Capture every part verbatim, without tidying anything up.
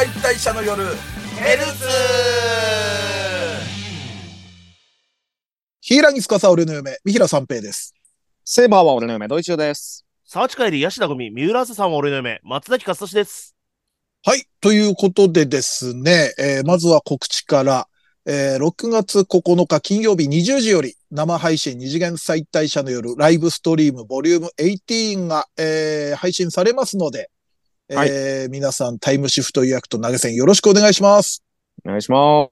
解体者の夜ヘルツヒイラギスカサ俺の嫁三平三平です。 セーバーは俺の嫁ドイチューです。 沢地帰りヤシダ組三浦朝さんは俺の嫁松崎勝利です。 はい。ということでですね、えー、まずは告知から、えー、ろくがつここのか金曜日にじゅうじより生配信二次元再退者の夜ライブストリームボリュームじゅうはちが、えー、配信されますので、 はい、 えー、皆さんタイムシフト予約と投げ銭よろしくお願いします。 お願いします。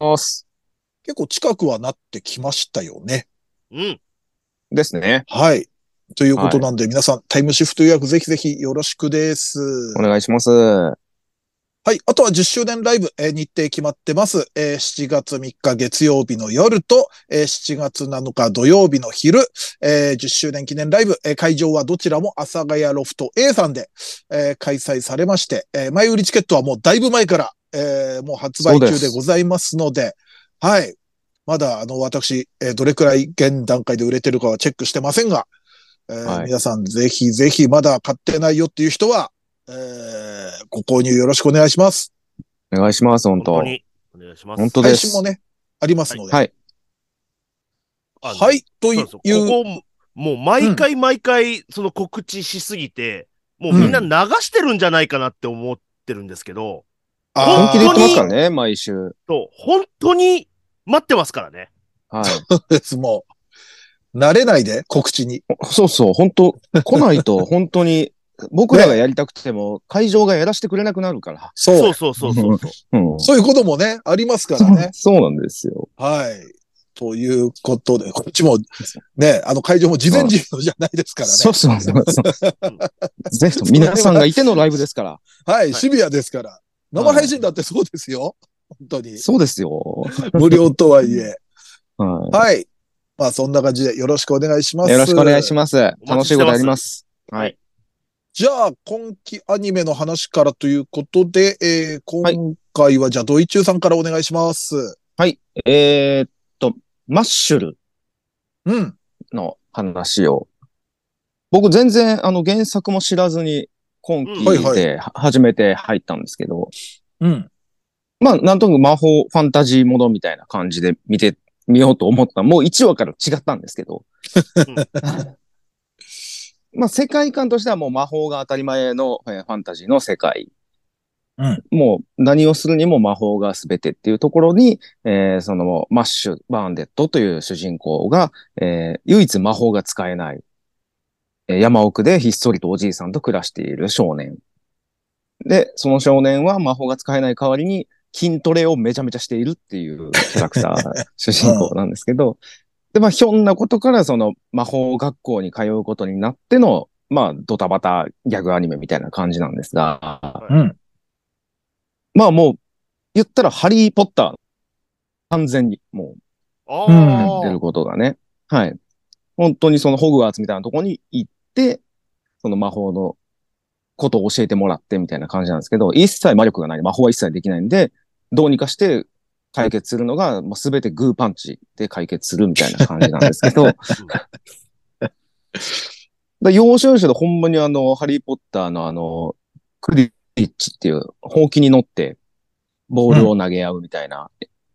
結構近くはなってきましたよね。 うん。 ですね。 はい。ということなんで、はい、皆さんタイムシフト予約ぜひぜひよろしくです。 お願いします。 はい。あとはじゅっしゅうねんライブ、えー、日程決まってます。えー、しちがつみっか月曜日の夜と、えー、しちがつなのか土曜日の昼、えー、じゅっしゅうねん記念ライブ、えー、会場はどちらも阿佐ヶ谷ロフト A さんで、えー、開催されまして、えー、前売りチケットはもうだいぶ前から、えー、もう発売中でございますので、はい。まだ、あの、私、えー、どれくらい現段階で売れてるかはチェックしてませんが、えーはい、皆さんぜひぜひまだ買ってないよっていう人は、えー、ご購入よろしくお願いします。 お願いします、本当。 本当にお願いします。 本当です。 配信もね、ありますので。 はい。 はい。はい、という。ここ、もう毎回毎回、その告知しすぎて、うん、もうみんな流してるんじゃないかなって思ってるんですけど。 うん、本気で言ってますからね、毎週。 そう、本当に待ってますからね。 はい。そうです、もう。慣れないで、告知に。 そうそう、本当来ないと、本当に、僕らがやりたくても、ね、会場がやらせてくれなくなるから。 そうそうそうそうそう、 うん。そういうこともね、ありますからね。 そ。そうなんですよ。 はい。ということで、こっちも、ね、あの会場も事前事業じゃないですからね。 そうそうそうそう。ぜひと皆さんがいてのライブですから。 はい、シビアですから。生配信だってそうですよ。本当に。 そうですよ。 無料とはいえ。 はい。 はい。まあそんな感じでよろしくお願いします。 よろしくお願いします。楽しいことあります。 はい。 じゃあ、今期アニメの話からということで、えー、今回はじゃあ、ドイチューさんからお願いします。 はい。えー、っと、マッシュル。 うん。 の話を。僕全然、あの、原作も知らずに、今期で初めて入ったんですけど。 うん。 まあ、なんとなく魔法、ファンタジーものみたいな感じで見てみようと思った。もういちわから違ったんですけど。まあ、世界観としてはもう魔法が当たり前のファンタジーの世界。 うん、 もう何をするにも魔法が全てっていうところに、えー、そのマッシュ・バーンデットという主人公が、えー、唯一魔法が使えない、えー、山奥でひっそりとおじいさんと暮らしている少年。で、その少年は魔法が使えない代わりに筋トレをめちゃめちゃしているっていうキャラクター、主人公なんですけど、で、まあ、ひょんなことからその魔法学校に通うことになっての、まあ、ドタバタギャグアニメみたいな感じなんですが、 うん、 まあもう、言ったらハリーポッター、完全にもう、 やってることがね、はい。本当にそのホグワーツみたいなところに行って、その魔法のことを教えてもらってみたいな感じなんですけど、一切魔力がない。魔法は一切できないんで、どうにかして解決するのが、もうすべてグーパンチで解決するみたいな感じなんですけど、だ要所要所でほんまにあの、ハリーポッターのあの、クリッチっていう、ほうきに乗って、ボールを投げ合うみたいな、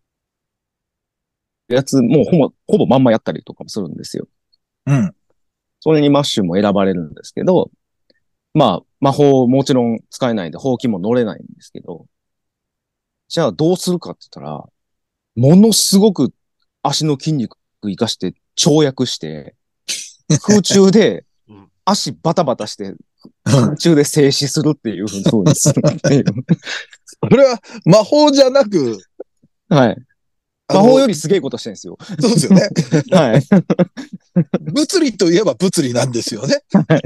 やつ、もうほぼ、ほぼまんまやったりとかもするんですよ。 うん。 それにマッシュも選ばれるんですけど、まあ、魔法もちろん使えないんで、ほうきも乗れないんですけど、じゃあどうするかって言ったら、ものすごく足の筋肉活かして跳躍して、空中で足バタバタして、空中で静止するっていう風にするっていう。 それは魔法じゃなく、 はい。魔法よりすげえことしてるんですよ。 そうですよね。 はい。 物理といえば物理なんですよね。 はい。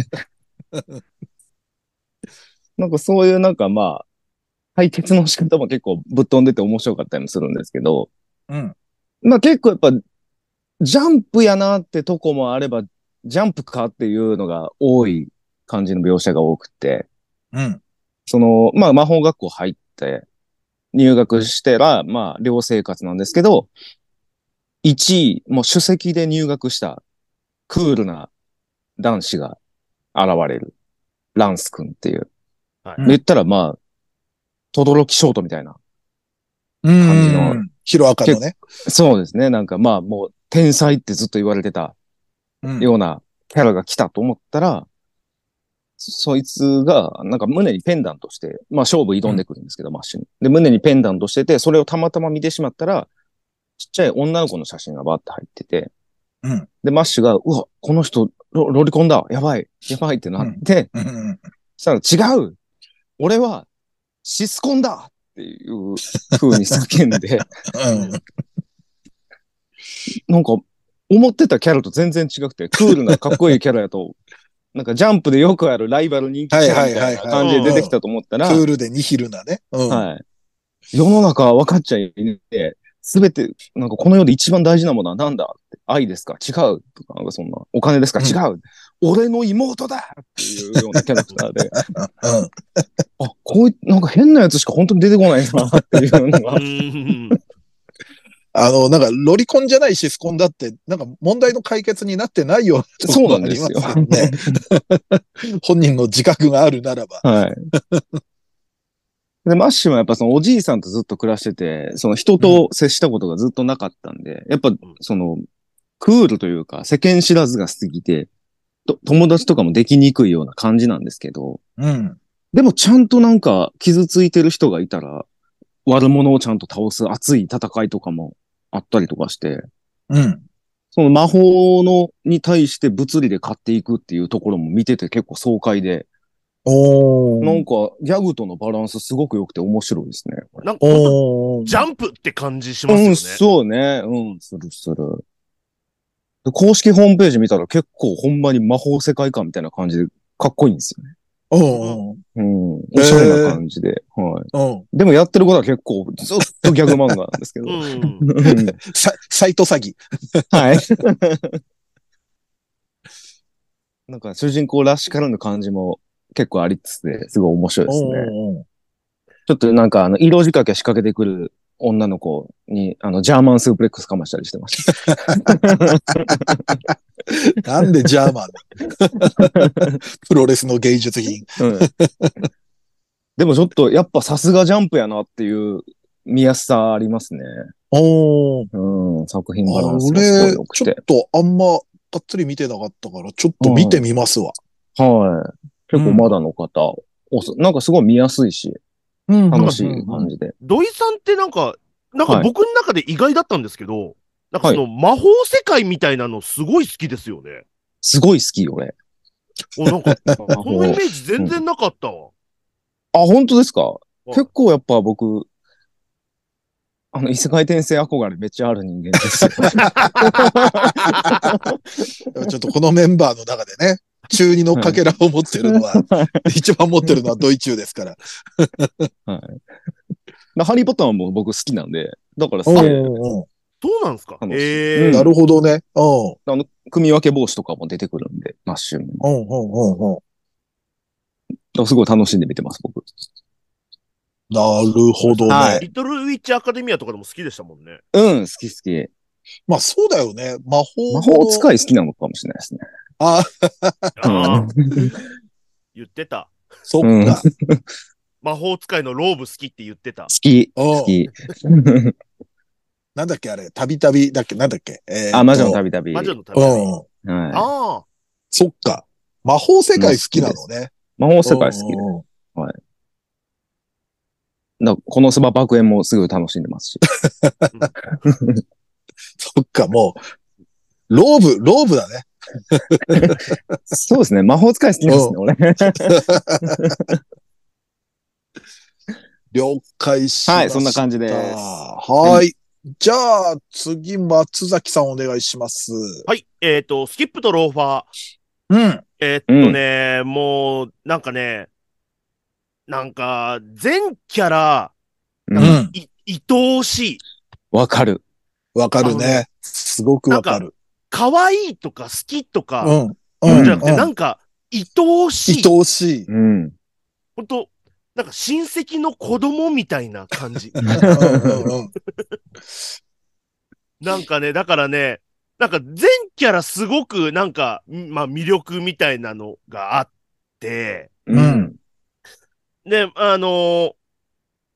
なんかそういうなんかまあ、解決の仕方も結構ぶっ飛んでて面白かったりもするんですけど、 うん。 まあ結構やっぱ、ジャンプやなってとこもあれば、ジャンプかっていうのが多い感じの描写が多くて、 うん。 その、まあ魔法学校入って入学してら、まあ寮生活なんですけど、いちい、もう首席で入学したクールな男子が現れる。ランス君っていう。はい、言ったらまあ、 トドロキショートみたいな感じの。 ヒロアカのね。 そうですね。なんかまあもう天才ってずっと言われてたようなキャラが来たと思ったら、うん、そいつがなんか胸にペンダントして、まあ勝負挑んでくるんですけど、うん、マッシュに。で、胸にペンダントしてて、それをたまたま見てしまったら、ちっちゃい女の子の写真がバーって入ってて、 うん、 で、マッシュが、うわ、この人ロ、ロリコンだやばいやばいってなって、うんうん、そしたら違う俺はシスコンだっていう風に叫んで、うん、なんか思ってたキャラと全然違くて、クールなかっこいいキャラやと、なんかジャンプでよくあるライバル人気キャラみたいな感じで出てきたと思ったら、 クールでニヒルなね。 うん、はい。世の中分かっちゃいねえ。すべて、なんかこの世で一番大事なものは何だって。愛ですか違うとか、なんかそんな。お金ですか、うん、違う俺の妹だっていうようなキャラクターで。うん、あ、こういう、なんか変なやつしか本当に出てこないなっていうのが。 あの、なんか、ロリコンじゃないシスコンだって、なんか問題の解決になってないようなところがありますよね。本人の自覚があるならば。 はい。で、マッシュはやっぱそのおじいさんとずっと暮らしてて、その人と接したことがずっとなかったんで、うん、やっぱその、クールというか世間知らずが過ぎて、と友達とかもできにくいような感じなんですけど、 うん。 でもちゃんとなんか傷ついてる人がいたら、悪者をちゃんと倒す熱い戦いとかもあったりとかして、 うん。 その魔法のに対して物理で勝っていくっていうところも見てて結構爽快で、 おー。 なんか、ギャグとのバランスすごく良くて面白いですね。 なんか、ジャンプって感じしますよね。 うん、そうね。うん、するする。公式ホームページ見たら結構ほんまに魔法世界観みたいな感じでかっこいいんですよね。 うんうん。おしゃれな感じで。はい。 うん。 でもやってることは結構ずっとギャグ漫画なんですけど。うん、 ササイト詐欺。 はい。なんか主人公らしからぬ感じも結構ありつつですごい面白いですね。ちょっとなんかあの色仕掛け仕掛けてくる女の子にあのジャーマンスープレックスかましたりしてました。 なんでジャーマンプロレスの芸術品、うん。 でもちょっとやっぱさすがジャンプやなっていう見やすさありますね。 おー。 うん、作品バランスもすごい良くて。 俺、ちょっとあんまがっつり見てなかったから、ちょっと見てみますわ。 うん、はい。結構まだの方、うん、なんかすごい見やすいし、楽しい感じで。 土井さんってなんか、なんか僕の中で意外だったんですけど、はい、なんかその魔法世界みたいなのすごい好きですよね。 すごい好き、俺。 お、なんか、このイメージ全然なかったわ。うん、 あ、本当ですか？結構やっぱ僕、あの、異世界転生憧れめっちゃある人間ですよ。 ちょっとこのメンバーの中でね、中二のかけらを持ってるのは、はい、一番持ってるのはドイ中ですから。 はい。ハリーポッターはもう僕好きなんで、だから好きで。 そうなんですか？ ええー、なるほどね。 うん。あの、組み分け帽子とかも出てくるんで、マッシュに。 うんうんうんうん。すごい楽しんで見てます、僕。 なるほどね、はい。 リトルウィッチアカデミアとかでも好きでしたもんね。 うん、好き好き。 まあそうだよね。魔法。 魔法使い好きなのかもしれないですね。 ああ。言ってた。 そっか。うん、 魔法使いのローブ好きって言ってた。 好き。好き。 なんだっけあれ、たびたびだっけなんだっけ、 えー、あ、魔女のたびたび。 魔女のたびたび。うん。はい、 ああ。そっか。魔法世界好きなのね。 魔法世界好きで。はい。だこのスマ爆炎もすごい楽しんでますし。 そっか、もう、ローブ、ローブだね。 そうですね。魔法使い好きなんですね、俺。 了解しました。 はい、そんな感じです。 はい。じゃあ、次、松崎さんお願いします。 はい。えっと、スキップとローファー。 うん。 えっとね、うん、もう、なんかね、なんか、全キャラ、なんか、い、愛おしい。 わかる。 わかるね。すごくわかる。 可愛いとか好きとか、 うん。 うん。じゃなくて、なんか、愛おしい。 愛おしい。 うん。 ほんと、なんか親戚の子供みたいな感じ。なんかね、だからね、なんか全キャラすごくなんか、まあ魅力みたいなのがあって、 うん。 で、あのー、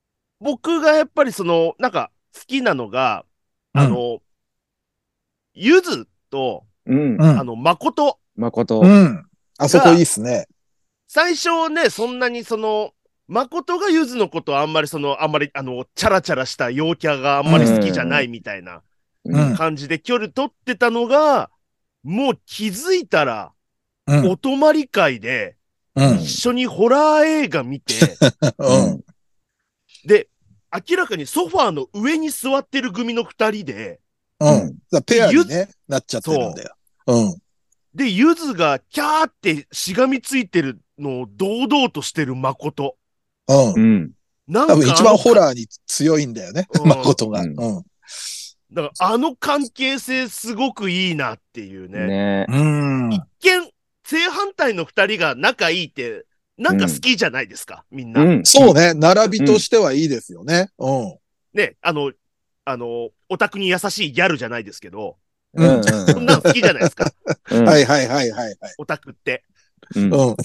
僕がやっぱりその、なんか好きなのが、あの、ゆずと、 うん。 うん。 あの、誠。 誠。 うん。あそこいいっすね。 最初ね、そんなにその、誠がゆずのことあんまりその、あんまりあの、チャラチャラした陽キャがあんまり好きじゃないみたいなうん。 感じで距離取ってたのが、もう気づいたら、 うん。 お泊まり会で、 うん。 一緒にホラー映画見て、 うん。 で、明らかにソファーの上に座ってる組の二人で、 うん。だペアにね、なっちゃってるんそだよ。うん。 う。で、ゆずがキャーってしがみついてるのを堂々としてる誠。 うん。 うん。 なん多分一番かあのか、 ホラーに強いんだよね、 うん。 誠が。 ううんん。 だからあの関係性すごくいいなっていうね。 ね。 うん。 一見、正反対の二人が仲いいって、なんか好きじゃないですか、みんな。 うん。 そうね。並びとしてはいいですよね。うん。 ね、あの、あの、オタクに優しいギャルじゃないですけど、 うん。 そんなん好きじゃないですか、 うん。 はいはいはいはいはい。 オタクって。 うん。 うん。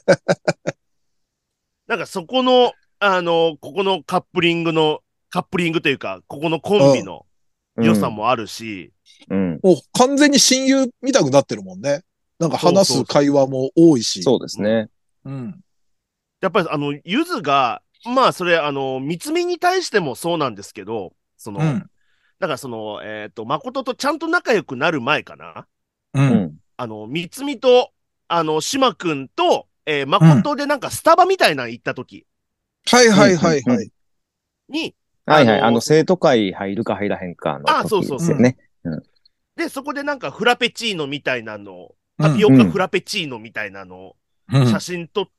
なんかそこの、あの、ここのカップリングの、カップリングというか、ここのコンビの良さもあるし、 うん。 もう完全に親友見たくなってるもんね。なんか話す会話も多いし。 そうですね。 うん。 やっぱりあの、ゆずが、まあそれ、あの、三つみに対してもそうなんですけど、その、 うん。 だからその、えっと、誠とちゃんと仲良くなる前かな。 う。 うんん。 あの、三つみと、あの、島くんと、えー、誠でなんかスタバみたいなの行った時はいはいはいうんうんはい。 に、 はいはい。あの、 あのその生徒会入るか入らへんかのあ、そう時そうそう。 ですよね。 で、そこでなんかフラペチーノみたいなの、 うんタピオカフラペチーノみたいなのをうん。 写真撮って、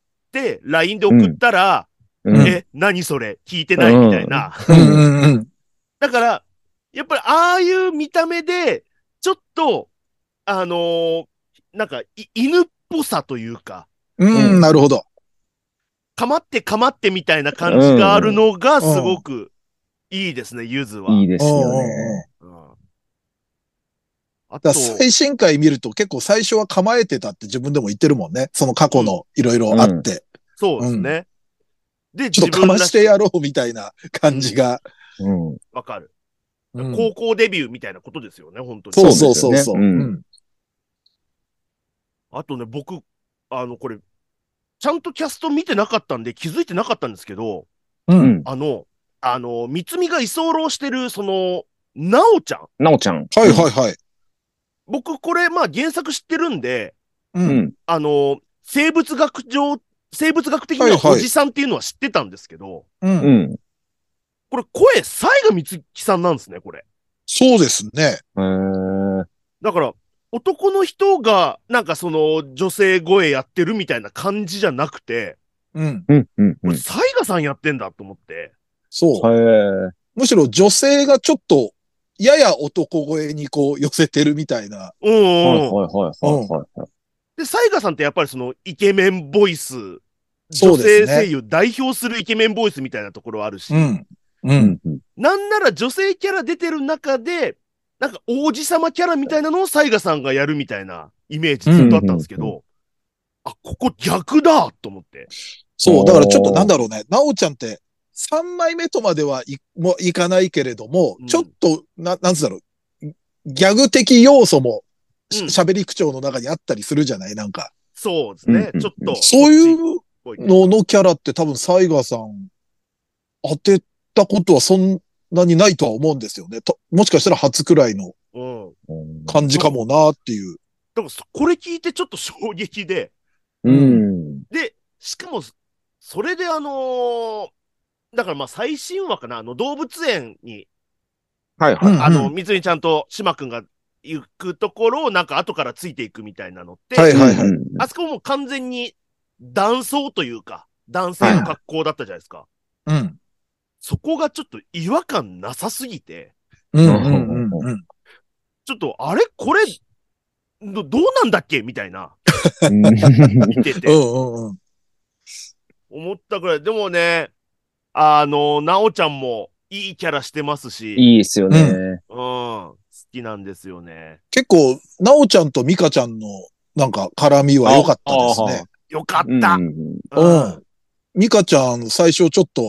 ライン で送ったら、 うん。 え、何それ聞いてないみたいな。 うんうんうん。 だから、やっぱりああいう見た目で、ちょっと、あのーなんかい犬っぽさというか、 うん、なるほど。 かまってかまってみたいな感じがあるのがすごくいいですね、ゆずは。 いいですようんうんうん。 ね。 うんあだからと、 最新回見ると結構最初は構えてたって自分でも言ってるもんね。その過去のいろいろあって。 そうですね。で、 ちょっとかまして自分らしやろうみたいな感じが。 うん。 くわかる。 うん高校デビューみたいなことですよね、本当に。 そうそうそうそう。 そうですよねうんうんあとね、僕、あの、これ、ちゃんとキャスト見てなかったんで気づいてなかったんですけど、 う。 うんん。 あの、あの、三つみが居候してる、その、なおちゃん。 なおちゃん。 はいはいはい。 僕、これ、まあ原作知ってるんで、 う。 うんん。 あの、生物学上、生物学的にははいはいおじさんっていうのは知ってたんですけど、 う。 うんん。 これ、声、西賀光樹さんなんですね、これ。 そうですね。 へーだから、男の人が、なんかその、女性声やってるみたいな感じじゃなくて、 うん。 うん。うん。うん。 これ、西賀さんやってんだと思って。 そう。 へーむしろ女性がちょっと、やや男声にこう寄せてるみたいな。 うんはいうんうん。 はいはいはいはいはい。 で、西賀さんってやっぱりその、イケメンボイス、女そうですね性声優代表するイケメンボイスみたいなところあるし、 うん。う。 うんん。うん。 なんなら女性キャラ出てる中で、なんか王子様キャラみたいなのを西賀さんがやるみたいなイメージずっとあったんですけうんうんど、あ、ここ逆だと思って。 そう。だからちょっとなんだろうね。なおちゃんってさんまいめとまではいもいかないけれども、 うんちょっと、な、なんつうだろう。ギャグ的要素もしうん喋り口調の中にあったりするじゃないなんか。 そうですね。 うんちょっと。 そういうそっちっぽいののキャラって多分サイガーさん当てたことはそんなにないとは思うんですよね。ともしかしたら初くらいのうん。 うん。 感じかもなっていう。 だからそこれ聞いてちょっと衝撃で、 うん。 で、しかも、それであのーだからまあ最新話かな、あの動物園に、 はいはい。 うんあの、三つにちゃんと島くんが行くところをなんか後からついていくみたいなのって、 はいはいはいうんあそこもう完全に男装というか、男性の格好だったじゃないですか。 うん。 そこがちょっと違和感なさすぎて、 うんうんうんうん。 ちょっとあれこれ、どどうなんだっけみたいな、 うん。 見ててう、んうんうん。 思ったくらい。でもね、あの、なおちゃんもいいキャラしてますし、 いいですよね。 うん、好きなんですよね。 結構、なおちゃんとミカちゃんのなんか絡みは良かったですね。 よかっうんた。 うんうん。ミカちゃん最初ちょっと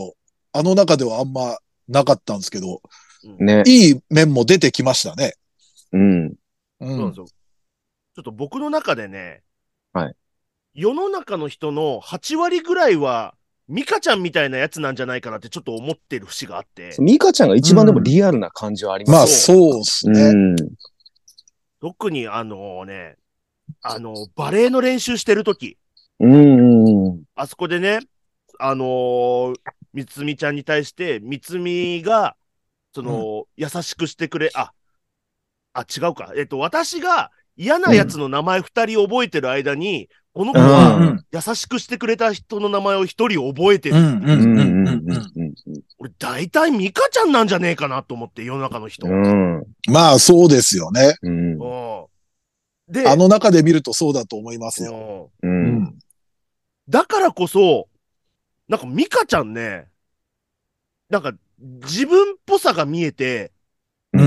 あの中ではあんまなかったんですけど、 ね。 いい面も出てきましたね。 うん。 うそうなんでんす。よ。ちょっと僕の中でね、 はい。 世の中の人のはち割ぐらいは、ミカちゃんみたいなやつなんじゃないかなってちょっと思ってる節があって、 ミカちゃんが一番でもリアルな感じはありますまあ、 よそうですね。 ね。 うん。 特にあのね、あの、バレエの練習してる時、 うんうんうん。 あそこでね、あのー、みつみちゃんに対して、みつみが、その、優しくしてくれ、あ、あ、違うか。えっと、私が嫌なやつの名前二人覚えてる間に、このう子はん。 優しくしてくれた人の名前を一人覚えてうん、うん、 るっていう。 うんうんうん、うん。 うんうん俺、大体ミカちゃんなんじゃねえかなと思って、世の中の人。 うん。うん。 まあ、そうですよね。 うん。 うんあで、 の中で見るとそうだと思いますよ。 うんう。 うんん。 だからこそ、なんかミカちゃんね、なんか自分っぽさが見えて、 うん。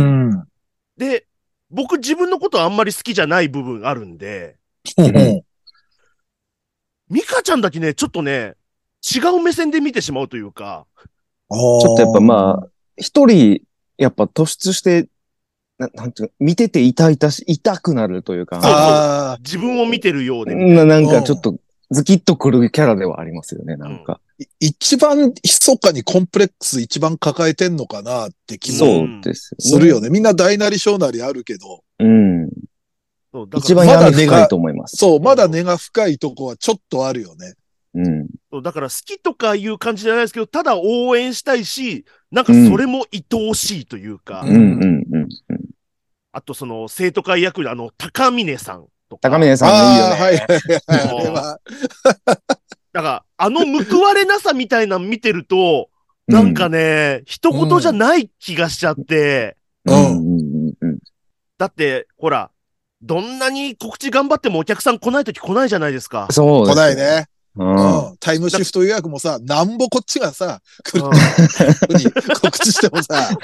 で、僕自分のことあんまり好きじゃない部分あるんで、 ほうほうミカちゃんだけね、ちょっとね、違う目線で見てしまうというか、 あちょっとやっぱまああ、一人、やっぱ突出して、な、なんていうか、見てて痛々し、痛くなるというか、 そうそう、 あ自分を見てるようでみたな、 いな。 なんかちょっと、ズキッとくるキャラではありますよね、なんか。 い一番密かにコンプレックス一番抱えてんのかなって気もそうですよね。 するよね。みんな大なり小なりあるけど、 うん。 そうだか一らまだ番闇深いと思います。 そう、まだ根が深いとこはちょっとあるよね。 うん。 そうだから好きとかいう感じじゃないですけど、ただ応援したいし、なんかそれも愛おしいというか、 ううんうんうんうん。 あとその生徒会役員、あの、高峰さんとか。 高峰さんもいいよああ、はいね。 はいはい。あもうれは、 だから、あの報われなさみたいなの見てると、 うんなんかね、一言じゃない気がしちゃって、 うん。 うんうんうんうん。 だって、ほら、どんなに告知頑張ってもお客さん来ないとき来ないじゃないですか。 来そうですよ。 ないね。 うん。 うん。タイムシフト予約もさ、なんぼこっちがさ、来るうんのに告知してもさ、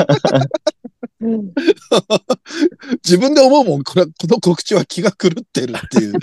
自分で思うもん、これ、この告知は気が狂ってるっていう。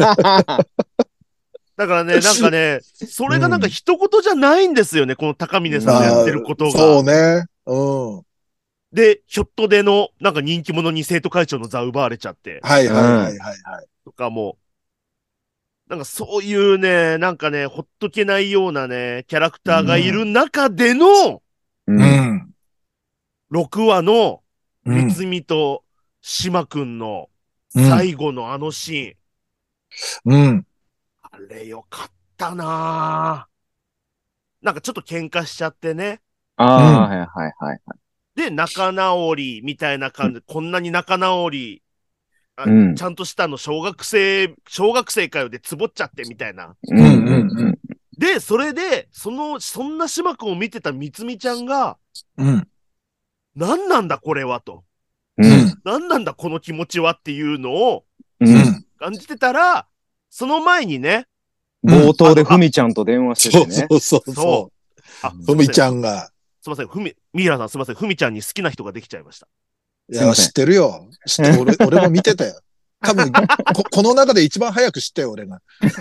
だからね、なんかね、それがなんか一言じゃないんですよね、この高峰さんのやってることが。 そうね。うん。はで、ひょっとでの、なんか人気者に生徒会長の座奪われちゃって、 いはいはいはいはい。 とかも、なんかそういうね、なんかね、ほっとけないようなね、キャラクターがいる中での、 う。 うんん。 ろくわの、 うん。 三つみと島くんのうん。 最後のあのシーン、 うん。 あれよかったなぁ。なんかちょっと喧嘩しちゃってね。 ああ、はいはいはいはい。 で、仲直りみたいな感じで、こんなに仲直り、あうんちゃんとしたの小学生、小学生かよでつぼっちゃってみたいな。 うんうんうん。 で、それで、その、そんな島君を見てたみつみちゃんが、 うん。 何なんだこれはと。 う。 うんん。 何なんだこの気持ちはっていうのをう。 うんん。 感じてたら、その前にね、 冒頭でふみちゃんと電話してそうてね。 そうそうそ。 そうあ、 う。ふみちゃん。 んが。 すいません、ふみ、ミイラさんすいません、ふみちゃんに好きな人ができちゃいました。 いや、 すいません知ってるよ。知ってる。俺、俺も見てたよ。多分、こ、この中で一番早く知ったよ、俺が。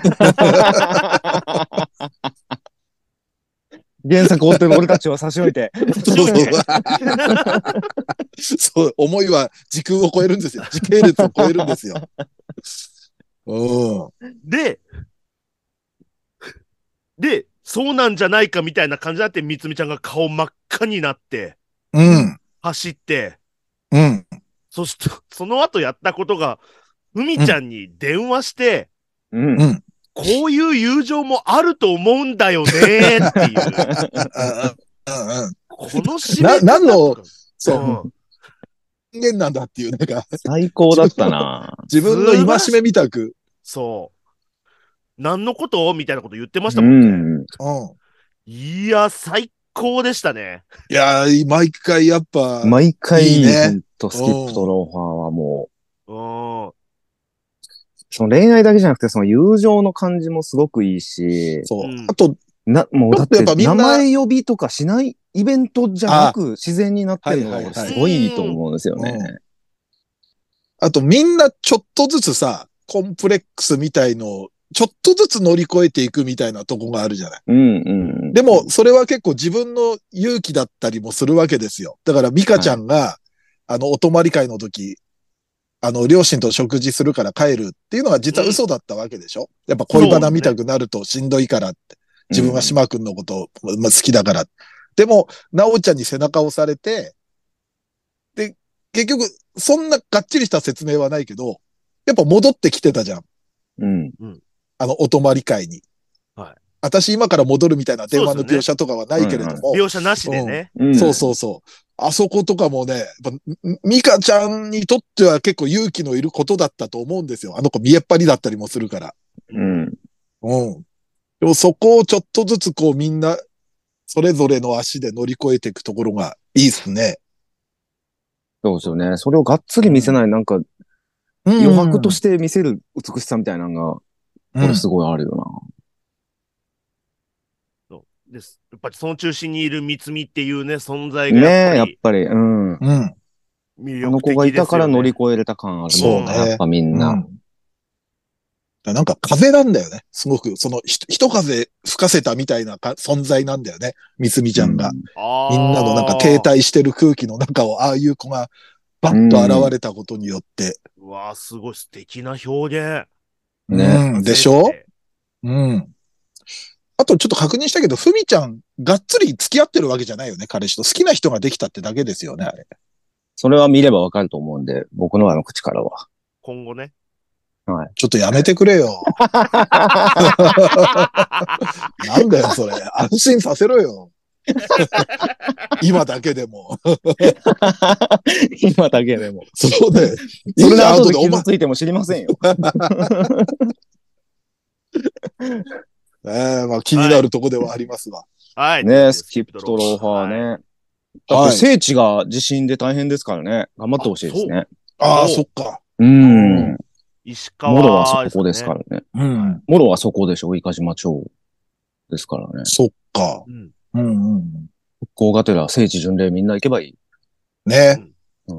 原作追ってる俺たちを差し置いて。 そうそう。そう、思いは時空を超えるんですよ。時系列を超えるんですよ。うん。 で、で、そうなんじゃないかみたいな感じになって、みつみちゃんが顔真っ赤になって、 うん。 走って、 うん。 そして、その後やったことが、ふみちゃんに電話して、 うんう。ん。 こういう友情もあると思うんだよねーっていう、 うんうんこの締め方な何のとかそううん人間なんだっていう、なんか、 最高だったな。 自分の戒めみたく。 そう。何のことみたいなこと言ってましうたもんね。 ん。 うん。 いや、最高でしたね。 いやー、毎回やっぱ、 毎回、 いいねほんとスキップとローファーはもう、 うん。 その恋愛だけじゃなくて、その友情の感じもすごくいいし、 そう。 うんあと、 な、もうだっちょってとやっぱみんな名前呼びとかしないイベントじゃなく自然になってるのがはいはいはい俺すごいいいと思うんですよね。 うんあとみんなちょっとずつさ、コンプレックスみたいのちょっとずつ乗り越えていくみたいなとこがあるじゃない。 うんうん。 でも、それは結構自分の勇気だったりもするわけですよ。だから、ミカちゃんが、はい、あの、お泊まり会の時、あの、両親と食事するから帰るっていうのは実は嘘だったわけでしょ、うん、やっぱ恋バナ見たくなるとしんどいからって。自分は島君のことを、まあ、好きだから。でも、なおちゃんに背中を押されて、で、結局、そんながっちりした説明はないけど、やっぱ戻ってきてたじゃん。 うん。 あの、お泊まり会に。 はい。 私今から戻るみたいな電話の描写とかはないけれども。 描写なしでね、 うん。そうそうそう。あそことかもね、やっぱミカちゃんにとっては結構勇気のいることだったと思うんですよ。あの子見えっ張りだったりもするから。 うん。 うん。でもそこをちょっとずつこうみんな、それぞれの足で乗り越えていくところがいいっすね。 そうですよね。それをがっつり見せない、なんか、余白として見せる美しさみたいなのが、これすごいあるよな。 です。やっぱりその中心にいる三つみっていうね、存在がやっぱり。 ねえ、やっぱり、うん。 うん。 魅力的ですよね。 あの子がいたから乗り越えれた感あるもんな、やっぱみんな。うん、 なんか風なんだよね。すごく、その、ひと風吹かせたみたいな存在なんだよね。みつみちゃんが。うん、みんなのなんか停滞してる空気の中を、ああいう子がバッと現れたことによって。 うん、うわぁ、すごい素敵な表現。 ね、うん、でしょ？うん。あとちょっと確認したけど、ふみちゃん、がっつり付き合ってるわけじゃないよね、彼氏と。好きな人ができたってだけですよね、あれ。 それは見ればわかると思うんで、僕のあの口からは。 今後ね。 はい。 ちょっとやめてくれよ。なんだよ、それ。安心させろよ。今だけでも。 今だけでも。 そうだよ。 それで後で傷ついても知りませんよ。 ええ、まあ気になるとこではありますわ。 はい。 ねスキップとローファーね。はい、だって聖地が地震で大変ですからね。頑張ってほしいですね。 ああ、そっか。 うん。 石川、 モロはそこですからね。 うん。 モロはそこでしょ、伊香島町ですからね。 そっか。うん。うんうん。 復興がてら聖地巡礼みんな行けばいい。 ね。うん。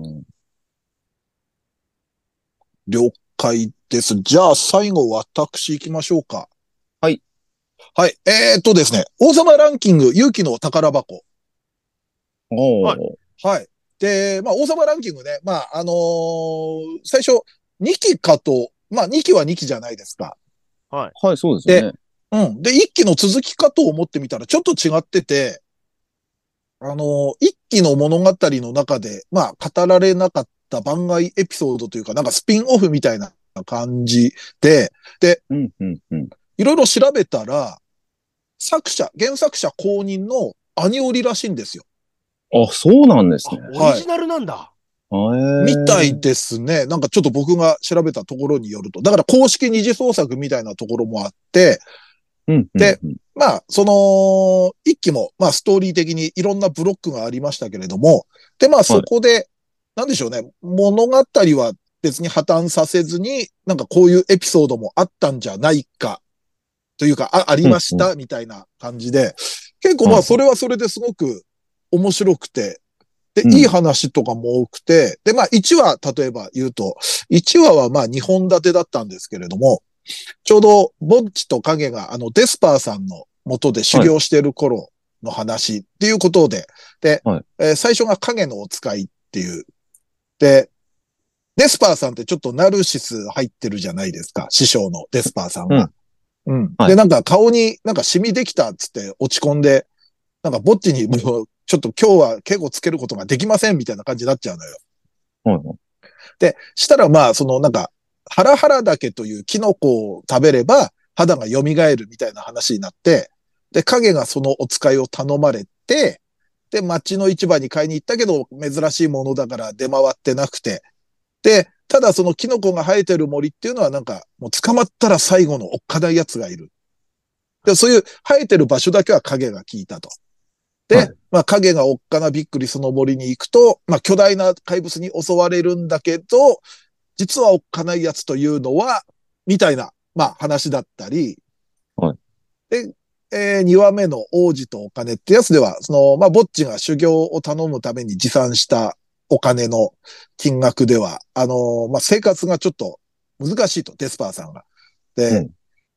了解です。じゃあ最後私行きましょうか。 はい。 はい。えー、っとですね。王様ランキング、勇気の宝箱。 おー。はい。 はい。で、まあ、王様ランキングね。まあ、あのー、最初、にきかと、まあ、にきはにきじゃないですか。 はい。 はい、そうですよね。 で、うん。で、いっきの続きかと思ってみたら、ちょっと違ってて、あのー、いっきの物語の中で、まあ、語られなかった番外エピソードというか、なんかスピンオフみたいな感じで、で、 うんうんうん、 いろいろ調べたら、作者、原作者公認の兄折らしいんですよ。 あ、そうなんですね。 オリジナルなんだ。 はい、みたいですね。なんかちょっと僕が調べたところによると。だから公式二次創作みたいなところもあって、 うんうんうん、 で、まあ、その、一期も、まあ、ストーリー的にいろんなブロックがありましたけれども、で、まあ、そこで、はい、なんでしょうね、物語は別に破綻させずに、なんかこういうエピソードもあったんじゃないか、というか、あ、ありました、みたいな感じで、結構まあ、それはそれですごく面白くて、で、いい話とかも多くて、で、まあ、いちわ、例えば言うと、いちわはまあ、にほん立てだったんですけれども、ちょうど、ボッチと影が、あの、デスパーさんの元で修行している頃の話っていうことで、で、はい、えー、最初が影のお使いっていう。で、デスパーさんってちょっとナルシス入ってるじゃないですか、師匠のデスパーさんは。うん。うん。はい、で、なんか顔になんかシミできたっつって落ち込んで、なんかボッチにもう、ちょっと今日は稽古つけることができませんみたいな感じになっちゃうのよ。 はい、 で、したらまあ、そのなんか、ハラハラダケというキノコを食べれば肌が蘇るみたいな話になって、で、影がそのお使いを頼まれて、で、町の市場に買いに行ったけど、珍しいものだから出回ってなくて、で、ただそのキノコが生えてる森っていうのはなんか、もう捕まったら最後のおっかない奴がいる。で、そういう生えてる場所だけは影が聞いたと。で、はい、まあ影がおっかなびっくりその森に行くと、まあ巨大な怪物に襲われるんだけど、実はおっかないやつというのは、みたいな、まあ話だったり、 はい。 で、えー、にわめの王子とお金ってやつでは、その、まあ、ぼっちが修行を頼むために持参したお金の金額では、あのー、まあ、生活がちょっと難しいと、デスパーさんが。で、うん、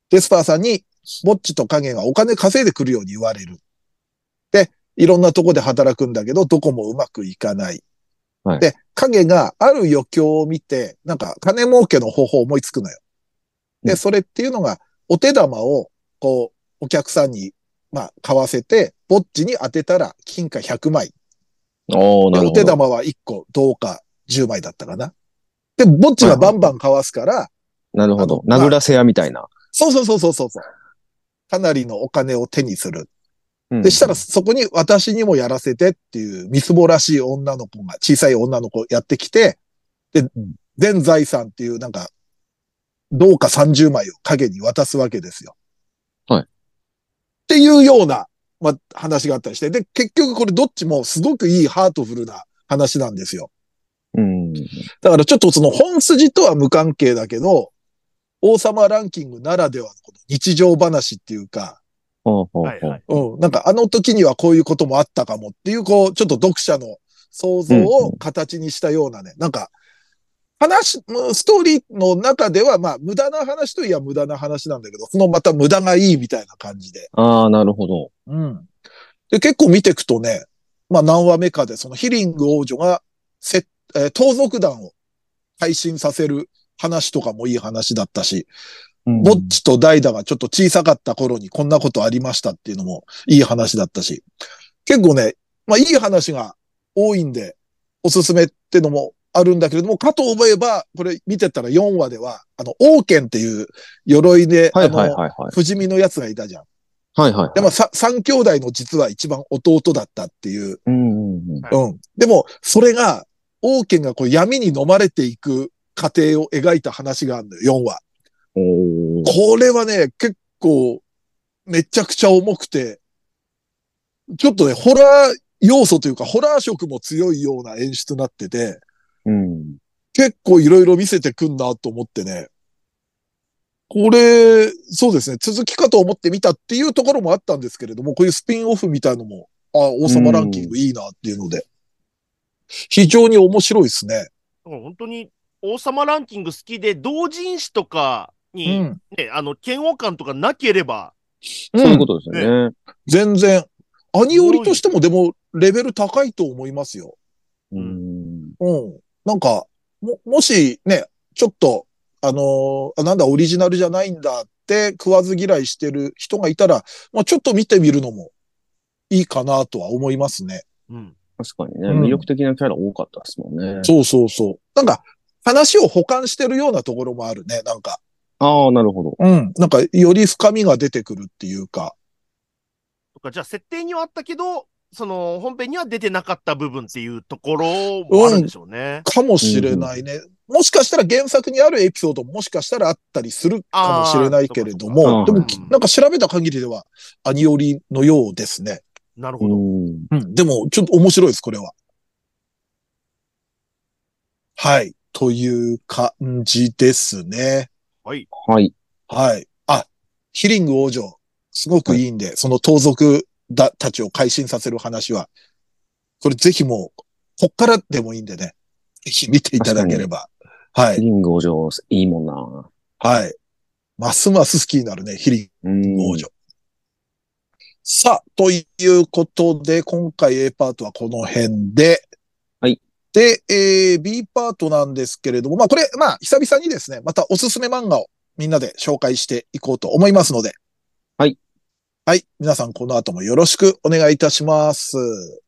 デスパーさんに、ボッチと影がお金稼いでくるように言われる。で、いろんなとこで働くんだけど、どこもうまくいかない。 はい。 で、影がある余興を見て、なんか金儲けの方法を思いつくのよ。で、 うんそれっていうのが、お手玉を、こう、お客さんに、まあ、買わせて、ボッチに当てたら、金貨ひゃくまい。 おー、 で、 なるほど。 お手玉はいっこ、銅貨じゅうまいだったかな。で、ボッチがバンバンかわすから、 なるほど。 あのまあ殴らせ屋みたいな。 そうそうそうそうそうそう。かなりのお金を手にする。 うんで、したらそこに私にもやらせてっていうみすぼらしい女の子が、小さい女の子やってきて、で、全財産っていうなんか、銅貨さんじゅうまいを影に渡すわけですよ。 はい。 っていうような、まあ、話があったりして、で、結局これどっちもすごくいいハートフルな話なんですよ。 うん。 だからちょっとその本筋とは無関係だけど、王様ランキングならではのこの日常話っていうか、 ほうほうほう。 はいはい。 うん、なんかあの時にはこういうこともあったかもっていう、こう、ちょっと読者の想像を形にしたようなね、なんか、話、ストーリーの中では、まあ、無駄な話といえば無駄な話なんだけど、そのまた無駄がいいみたいな感じで。 ああ、なるほど。 うん。で、結構見ていくとね、まあ何話目かで、そのヒリング王女が、せ、えー盗賊団を配信させる話とかもいい話だったし、 うんボッチとダイダがちょっと小さかった頃にこんなことありましたっていうのもいい話だったし、結構ね、まあいい話が多いんで、おすすめってのもあるんだけれども、かと思えば、これ見てたらよんわでは、あの、王権っていう鎧で、 はいあの、 はいはいはい。 不死身のやつがいたじゃん。 はいはいでも、 はい。 さ、三兄弟の実は一番弟だったっていう。 うんうんうん。 はいうん。でも、それが、王権がこう闇に飲まれていく過程を描いた話があるのよ、よんわ。 おー。 これはね、結構、めちゃくちゃ重くて、ちょっとね、ホラー要素というか、ホラー色も強いような演出になってて、 うん。 結構いろいろ見せてくんなと思ってね。これ、そうですね、続きかと思ってみたっていうところもあったんですけれども、こういうスピンオフみたいのも、あ、王様ランキングいいなっていうので、非常に面白いですね。 本当に王様ランキング好きで、同人誌とかうに、 ん。 ね、あの、嫌悪感とかなければ、 そういうことですよね。 全然。アニオリとしてもでもレベル高いと思いますよ。 うん。 うん。なんか、も、もしね、ちょっと、あのーあなんだ、オリジナルじゃないんだって食わず嫌いしてる人がいたら、まあちょっと見てみるのもいいかなとは思いますね。 うん。 確かにね、 うん魅力的なキャラ多かったですもんね。 そうそうそう。なんか、話を補完してるようなところもあるね。なんか、 ああ、なるほど。 うん。なんか、より深みが出てくるっていうか。 とか、じゃあ設定にはあったけど、その本編には出てなかった部分っていうところもあるんでしょうね。 かもしれないね。もしかしたら原作にあるエピソードももしかしたらあったりするかもしれないけれども、 あーでも、 うんなんか調べた限りでは、アニオリのようですね。 うなるほど。 ん。 うん。でも、ちょっと面白いです、これは。はい。という感じですね。 はい。 はい。 はい。あ、ヒリング王女、すごくいいんで、その盗賊だ、たちを改心させる話は、これぜひもう、こっからでもいいんでね、ぜひ見ていただければ。はい。 リングお嬢、いいもんな。 はい。ますます好きになるね、ヒリうん。 ング王女。さあ、ということで、今回 A パートはこの辺で。 はい。 で、えー、B パートなんですけれども、まあこれ、まあ久々にですね、またおすすめ漫画をみんなで紹介していこうと思いますので。 はい。 はい。皆さんこの後もよろしくお願いいたします。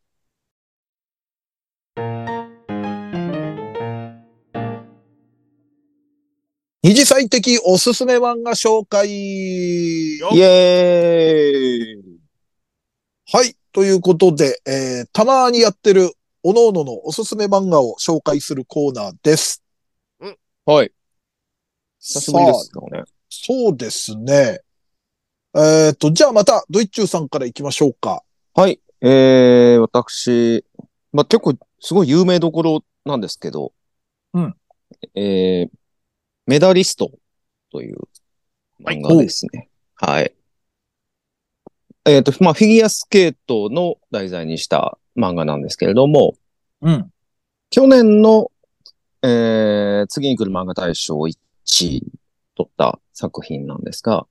二次祭的おすすめ漫画紹介。 よイエーイ。 はい。ということで、えー、たまにやってる、おのおののおすすめ漫画を紹介するコーナーです。 はい。久しぶりですかね。 そうですね。えっ、と、じゃあまた、ドイッチューさんから行きましょうか。 はい。えー、私、まあ、結構、すごい有名どころなんですけど、 うん。 えー、メダリストという漫画ですね。はい。えっ、と、まあ、フィギュアスケートの題材にした漫画なんですけれども、 うん。 去年の、えー、次に来る漫画大賞いちい取った作品なんですが、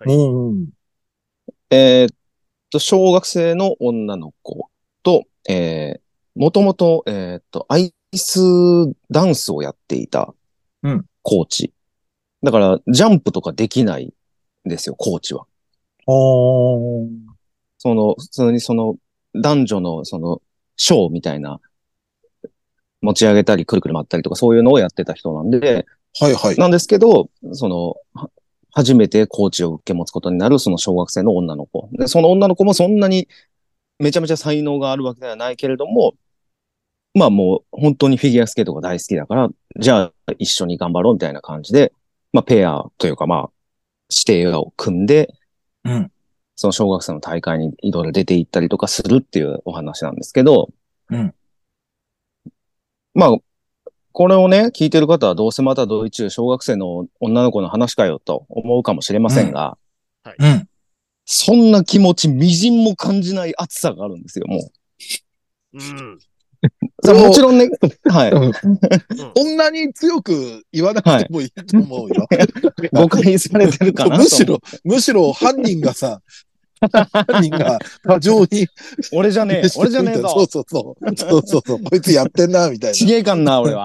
はいうん。 えーっと、小学生の女の子と、えー、もともと、えーっと、アイスダンスをやっていたうんコーチ。だから、ジャンプとかできないんですよ、コーチは。 おー。 その、普通にその、男女の、その、ショーみたいな、持ち上げたり、くるくる回ったりとか、そういうのをやってた人なんで、 はいはい。 なんですけど、その、は初めてコーチを受け持つことになる、その小学生の女の子。で、その女の子もそんなにめちゃめちゃ才能があるわけではないけれども、まあもう本当にフィギュアスケートが大好きだから、じゃあ一緒に頑張ろうみたいな感じで、まあペアというかまあ指定を組んで、 うん。 その小学生の大会にいろいろ出て行ったりとかするっていうお話なんですけど、 うん。 まあこれをね、聞いてる方はどうせまたドイツ小学生の女の子の話かよと思うかもしれませんが、 はい。 うん。 そんな気持ちみじんも感じない熱さがあるんですよ、もう。 うん。 さあもちろんね、はい。 うんうん。 そんなに強く言わなくはい。 てもいいと思うよ。 誤解されてるかなと思う。 むしろ、むしろ犯人がさ、犯人が過剰に俺じゃねえ、俺じゃねえぞ。 そうそうそう。そうそうそう。こいつやってんな、みたいちな。 げえかんな、俺は。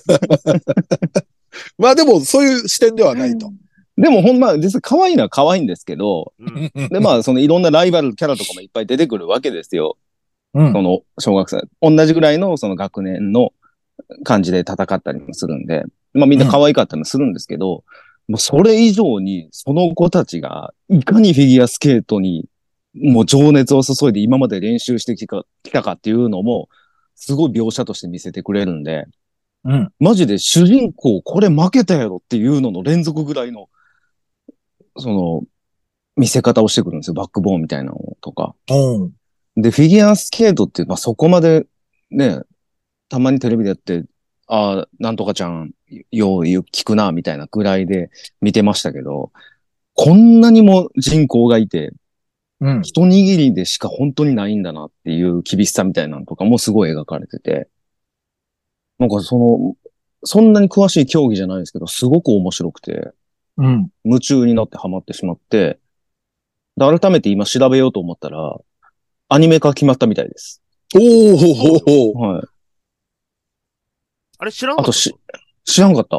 まあでも、そういう視点ではないと。 でもほんま、実際可愛いのは可愛いんですけど、 うん。 で、まあ、そのいろんなライバルキャラとかもいっぱい出てくるわけですよ。 うんその小学生。同じぐらいのその学年の感じで戦ったりもするんで、まあみんな可愛かったりもするんですけど、もうそれ以上にその子たちがいかにフィギュアスケートにもう情熱を注いで今まで練習してきたきたかっていうのも、すごい描写として見せてくれるんで、 うん。 マジで主人公これ負けたやろっていうのの連続ぐらいの、その、見せ方をしてくるんですよ。バックボーンみたいなのとか。 うん。 で、フィギュアスケートって、まあ、そこまで、ね、たまにテレビでやって、ああ、なんとかちゃん、よう言う聞くな、みたいなぐらいで見てましたけど、こんなにも人口がいて、 うん。 一握りでしか本当にないんだなっていう厳しさみたいなのとかもすごい描かれてて、なんかその、そんなに詳しい競技じゃないですけど、すごく面白くて、 うん。 夢中になってハマってしまって、で改めて今調べようと思ったら、アニメ化決まったみたいです。 おーほほほ。 はい。 あれ知らんかったあとし、知らんかった。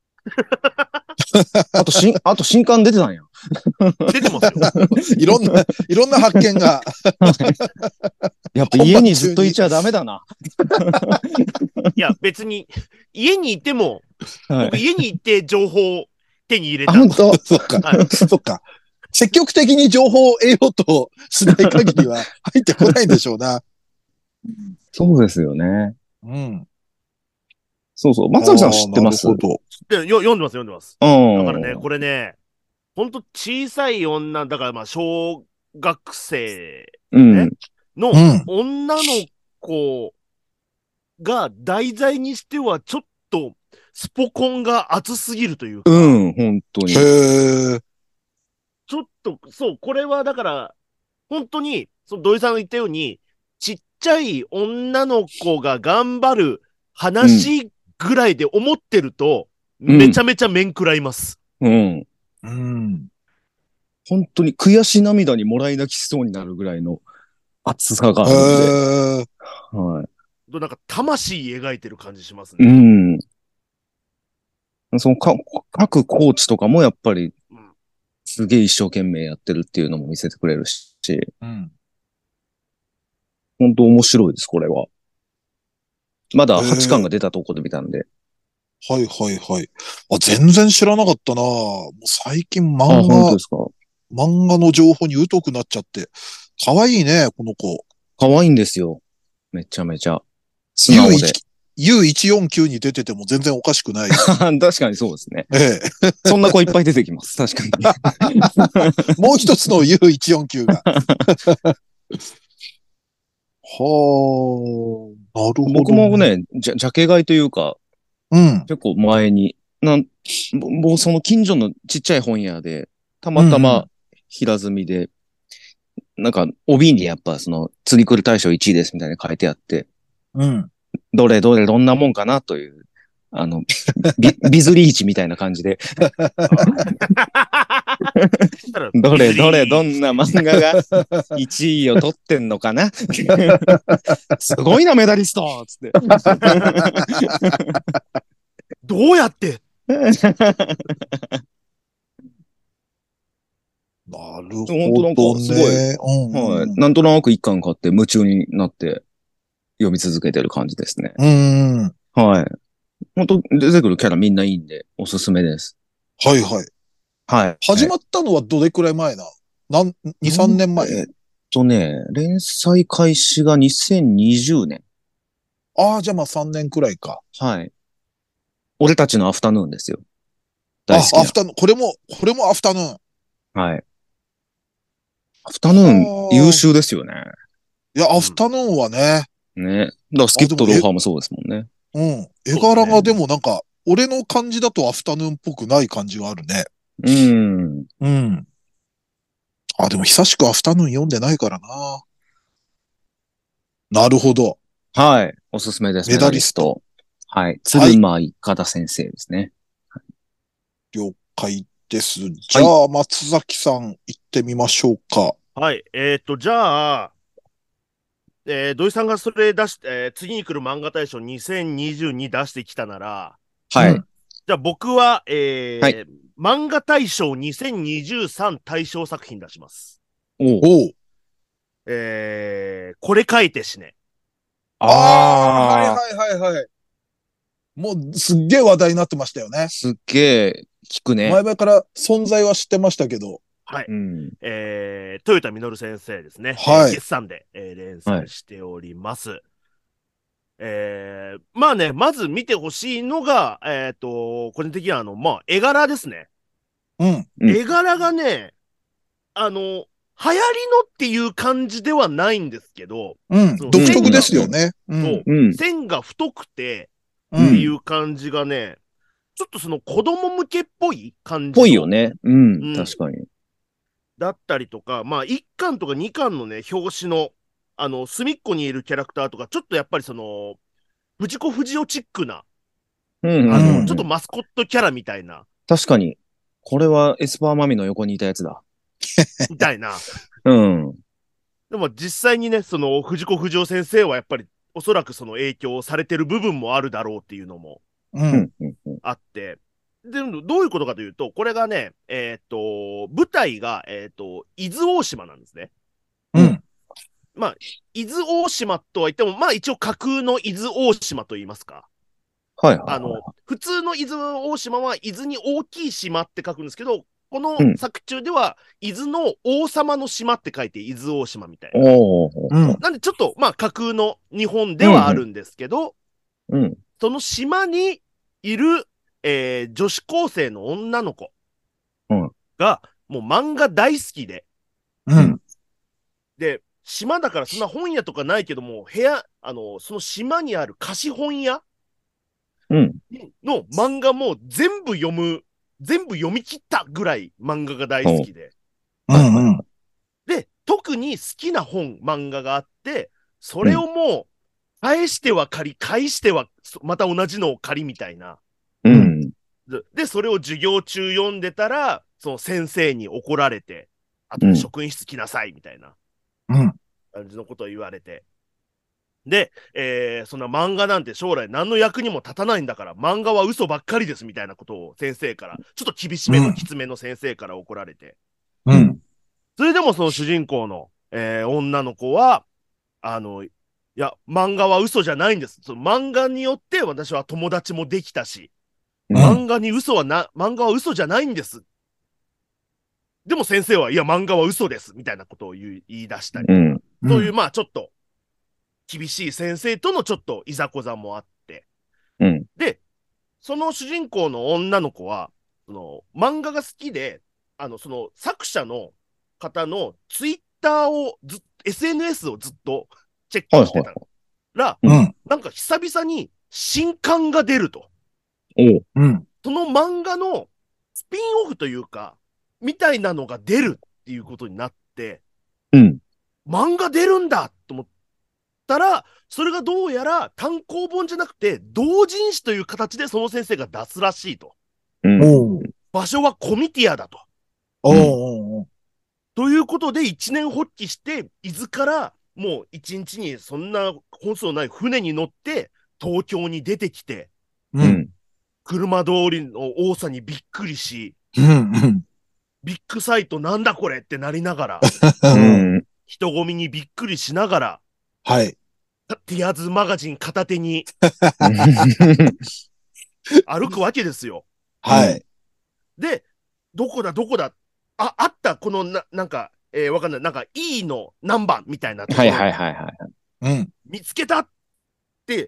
あと、しん、あと新刊出てたんや。 出てますよ。 いろんな、いろんな発見が。 やっぱ家にずっといちゃダメだな。 いや、別に、家にいても、 はい。 僕家に行って情報を手に入れあ、 た。 本当そっか。 はい。 そっか。積極的に情報を得ようとしない限りは入ってこないんでしょうな。 そうですよね。 うん。 そうそう。松崎さん知ってます？ あーなるほど。 でよ読んでます、読んでます。 うん。 だからね、これね、ほんと小さい女、だからまあ、小学生うん。 のうん女の子が題材にしてはちょっとスポコンが熱すぎるというか、 うん、本当に。 へえ。 ちょっと、そう、これはだから、本当に、その土井さんが言ったように、ちっちゃい女の子が頑張る話ぐらいで思ってると、 うんめちゃめちゃ面食らいます。 うん。 うん。 本当に悔し涙にもらい泣きしそうになるぐらいの熱さがあへるんで。 え。 はい。 となんか魂描いてる感じしますうね。 ん。そのか、各コーチとかもやっぱりうん。 すげえ一生懸命やってるっていうのも見せてくれるし、 うん。 本当面白いです、これは。まだへーはちかんが出たとこで見たんで。 はいはいはい。あ、全然知らなかったな。もう最近漫あ、本当画で、すか。 漫画の情報に疎くなっちゃって。可愛いね、この子。 可愛いんですよ。めちゃめちゃ。素直で。 ユーいちよんきゅう に出てても全然おかしくない。 確かにそうですね。 ええ。 そんな子いっぱい出てきます。確かに。 もう一つの ユーいちよんきゅう が。はあ、なるほど、 僕も。ね、じゃ、ジャケ買いというか、 うん。 結構前に、なん、ぼもうその近所のちっちゃい本屋で、たまたうんうま平積みで、なんか帯にやっぱその、次来る大賞いちいですみたいに書いてあって、 うん。 どれどれどんなもんかなという、あの、ビ、ビズリーチみたいな感じでたらどれどれどんんな漫画がいちいを取ってんのかなすごいな、メダリストつって。 どうやってなるほ本当なんどかすごい、 ね。うんはい。 うん。 なんとなく一巻買って夢中になって読み続けてる感じですね。 うんうん。 はい。本当出てくるキャラみんないいんで、おすすめです。 はいはい。 はい。 始まったのはどれくらい前な？なん、に、さんねんまえ？ えっとね、連載開始がにせんにじゅうねん。 ああ、じゃあまあさんねんくらいか。 はい。俺たちのアフタヌーンですよ。大好あ、 きな。 アフタヌーン、これも、これもアフタヌーン。 はい。アフタヌーン優はあ。 秀ですよね。 いや、アフタヌーンはね。 ね。だからスキあ、 ット・でも、え、 ローハーもそうですもんね。 うん。絵そうですね。 柄がでもなんか、俺の感じだとアフタヌーンっぽくない感じがあるね。 うん。 うん。あ、でも久しくアフタヌーン読んでないからな。なるほど。 はい。おすすめです、 メメダダリスト。 リスト。はい。 はい。 鶴間一花先生ですね。 了解です。じはい。 ゃあ、松崎さん行ってみましょうか。 はい。えっと、じゃあ、えー土井さんがそれ出して、えー次に来る漫画大賞にせんにじゅうに出してきたなら、 はい。 うん。 じゃあ僕は、 はい。 えー漫画大賞にせんにじゅうさん大賞作品出します。 おう。 おう。 えーこれ書いて死ね。 ああ、はいああ、 はいはいはい。もうすっげえ話題になってましたよね。 すっげえ聞くね。 前々から存在は知ってましたけど。 はい。 うん。 えー、豊田実先生ですね。えーはい。 決算で、えー連はい。 載しております。えー、まあね、まず見てほしいのが、えっ、と、個人的にはあの、まあ、絵柄ですね。 うん。 うん。 絵柄がね、あの、流行りのっていう感じではないんですけど、 うん。 そのうん。 独特で線が、 すよね。うそう、 ん。 うん。 線が太くてっていうん。 うん。 う感じがね、ちょっとその子供向けっぽい感じぽいよの、 ね。うん。 うん、 確かに。 だったりとか、まあ、いっかんとかにかんのね、表紙の、あの、隅っこにいるキャラクターとか、ちょっとやっぱりその、藤子不二雄チックな、 うん。うん。 あの、 うん。 うん。 ちょっとうん。 マスコットキャラみたいな、 確かに。これはエスパーマミの横にいたやつだ。 みたいな。 うん。 でも実際にね、その藤子不二雄先生はやっぱりおそらくその影響をされてる部分もあるだろうっていうのもうん。 うん。うん。うん。 あって、で、どういうことかというと、これがね、えーっと、舞台が、えーっと、伊豆大島なんですね。 うん。 まあ、伊豆大島とは言っても、まあ一応架空の伊豆大島と言いますか。 はいはいあの、 は普通の伊豆大島は伊豆に大きい島って書くんですけど、こい。うん。 の作中では伊豆の王様の島って書いて伊豆大島みたいな。 おー。 うん。 なんでちょっとまあ架空の日本でうん。うん。 はあるんですけど、 うん。 その島にいる、えー女子高生の女の子うんがもう漫画大好きで、 うん。 で、島だからそんな本屋とかないけども、部屋、あの、その島にある貸本屋うん。 の漫画も全部読む、全部読み切ったぐらい漫画が大好きで。 はいはいはで、特に好きな本、漫画があって、そい。うん。 れをもう、返しては借り、返しては、また同じのを借りみたいな。 うん。 で、でそれを授業中読んでたら、その先生に怒られて、後うんで職員室来なさいみたいなうん。 感じのことを言われて。で、えーそんな漫画なんて将来何の役にも立たないんだから、漫画は嘘ばっかりですみたいなことを先生から、ちょっと厳しめのきつめの先生から怒られて。 うん。 それでもその主人公の、えー女の子は、あの、いや、漫画は嘘じゃないんです。その漫画によって私は友達もできたし、 うん漫画に嘘はな、漫画は嘘じゃないんです。でも先生は、いや、漫画は嘘です。みたいなことを言い言い出したりとか、 うん。 そういう、まあ、ちょっと、厳しい先生とのちょっといざこざもあって、 うん。 で、その主人公の女の子は、その漫画が好きで、あの、その作者の方のツイッターをずっ、エスエヌエス をずっとチェッはいクしてたら、 ううん。 なんか久々に新刊が出ると。 おう。 うん。 その漫画のスピンオフというか、みたいなのが出るっていうことになって、 うん。 漫画出るんだと思ったら、それがどうやら単行本じゃなくて、同人誌という形でその先生が出すらしいと。 うん。 おう。 場所はコミティアだと。 おーおーおーということで、一年発起して、伊豆からもう一日にそんな本数のない船に乗って、東京に出てきて、 う。 うんん。 車通りの多さにびっくりし、 うん。うん。 ビッグサイトなんだこれってなりながら、 ううん。 ん。 人混みにびっくりしながら、 はい。 ティアーズマガジン片手に歩くわけですよ。 はい。 で、どこだどこだ、あ、あった、このな、なんか、えーわかんない、なんか E の何番みたいなところ、 はいはいはいはい。 うん。 見つけたって、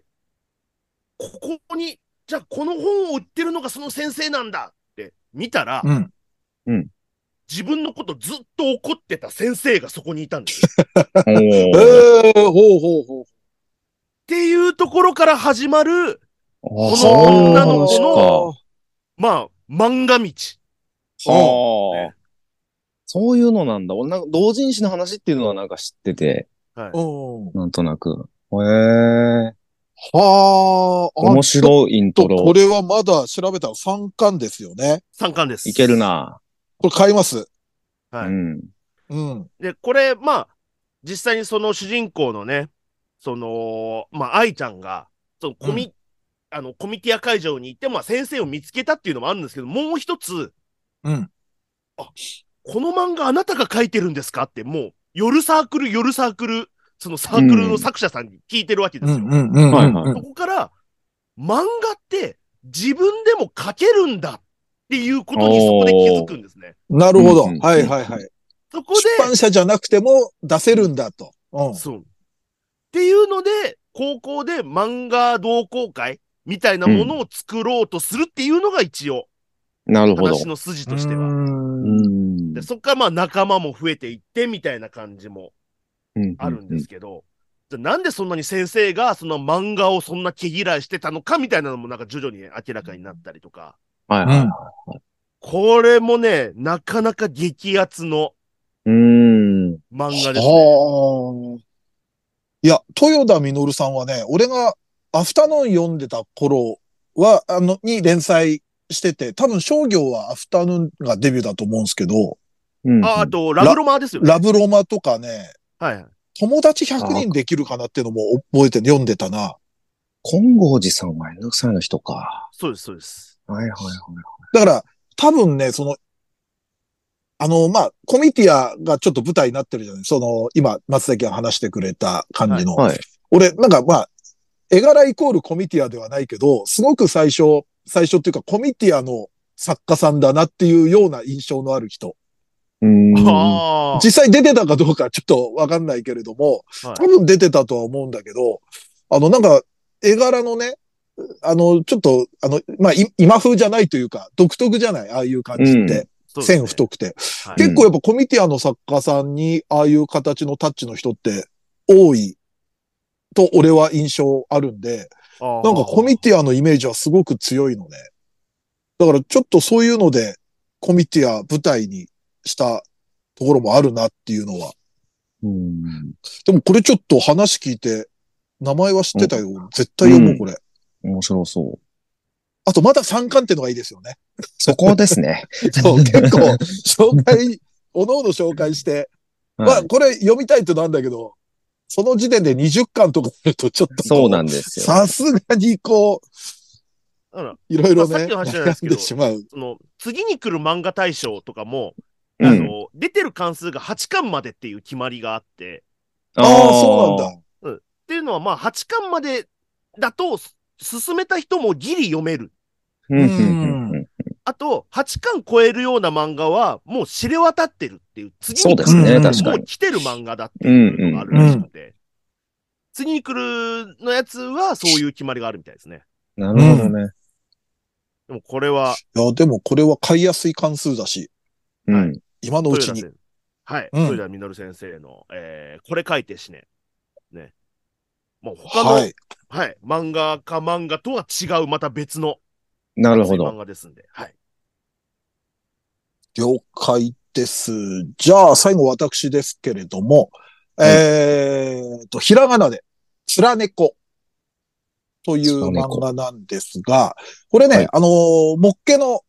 ここに、じゃあこの本を売ってるのがその先生なんだって見たら、 うん。 自分のことずっと怒ってた先生がそこにいたんですよ。 おええー、ほうほうほう。 っていうところから始まる、 ー。あ、 このそういう女の子の、 話まあ、漫画道。 か。はね。 あ。そういうのなんだ。俺なんか同人誌の話っていうのはなんか知ってて、 はい。 うん。 なんとなく。へえ。 はあ、あ、 面ちょっ白いイントと、こロ。 れはまだ調べたらさんかんですよね。 三巻です。 いける。な。 これ買います。 はい。 うん。 うん。 で、これ、まあ、実際にその主人公のね、その、まあ、愛ちゃんが、そのコミ、 うんあの、コミティア会場に行って、まあ、先生を見つけたっていうのもあるんですけど、もう一つ、 うん。 あ、この漫画あなたが書いてるんですかって、もう、夜サークル、夜サークル、そのサークルの作者さんに聞いてるわけでうん。 すよ。 うん。うん。 はいはいそこから、漫画って自分でも書けるんだっていうことにそこで気づくんですね。 なるほど。 うんうんはいはいはい。 そこ出版で、 社じゃなくても出せるんだと。うん。 そう。っていうので、高校で漫画同好会みたいなものを作ろうとするっていうのが一応、 なるほど。 話の筋うとしては。 うーん。 ん。 でそこからまあ仲間も増えていってみたいな感じもうんあるんですけど、じゃあなんでそんなに先生がその漫画をそんな毛嫌いしてたのかみたいなのもなんか徐々に明らかになったりとか、 はいはいはこれもね、なかなか激アツのい。うん。 漫画ですね。 はあ。いや、豊田実さんはね、俺がアフタヌーン読んでた頃は、あの、に連載してて、多分商業はアフタヌーンがデビューだと思うんですけど、 うん。 あ、あと、ラブロマーですよね。 ラブロマとかね、 はいはい。 友達ひゃくにんできるかなっていうのも覚えて読んでたな。 金剛寺さんはめんどくさいの人か。 そうです、そうです。 はいはいはい。 だから、多分ね、その、あの、まあ、コミティアがちょっと舞台になってるじゃない。その、今、松崎が話してくれた感じの。 はい。 俺、なんかまあ、絵柄イコールコミティアではないけど、すごく最初、最初っていうかコミティアの作家さんだなっていうような印象のある人。 うん。 あ実際出てたかどうかちょっとわかんないけれども、 あ。はい。 多分出てたとは思うんだけど、あの、なんか、絵柄のね、あの、ちょっと、あの、まあ、い今風じゃないというか、独特じゃないああいう感じって。線そうですね。 太くて。 はい結構やっぱコミティアの作家さんに、ああいう形のタッチの人って多いと俺は印象あるんで、 あなんかコミティアのイメージはすごく強いのね。だからちょっとそういうので、コミティア舞台にしたところもあるなっていうのは。 うん。 でもこれちょっと話聞いて、名前は知ってたよ。絶対読もう、これ。 面白そう。 あとまださんかんってのがいいですよね。 そこですね。 そう、結構、紹介、おのおの紹介して、まあ、 はい。 これ読みたいってなんだけど、その時点でにじゅっかんとかするとちょっとこそうなんですよ。 さすがにこだからう、いろいろね、 まあさっきの話じゃないですけど悩んでしまう。 その次に来る漫画大賞とかも、 うんあの出てる関数がはちかんまでっていう決まりがあって、 ああ、そうなんだ。 うん、っていうのはまあはちかんまでだと進めた人もギリ読める。 うんうんうんうん。 あとはちかん超えるような漫画はもう知れ渡ってるっていう次に来るそうですね、 うん確かに。 もう来てる漫画だっていうのがあるらしくて、次に来るのやつはそういう決まりがあるみたいですね。 なるほどね。 でもこれは、 いや、でもこれは買いやすい関数だし、 うん。 今のうちに。 豊田先はい、 うん豊田実先生の、えーこれ書いてしね。ね。もう他の、 ははい、漫画家漫画とは違うまた別のなるほ熱い漫ど。 画ですんで、はい。 了解です。じゃあ、最後私ですけれども、 はいえーと、ひらがなで、つらねこ。というつらねこ漫画なんですが、これね、 はいあのー、もっけの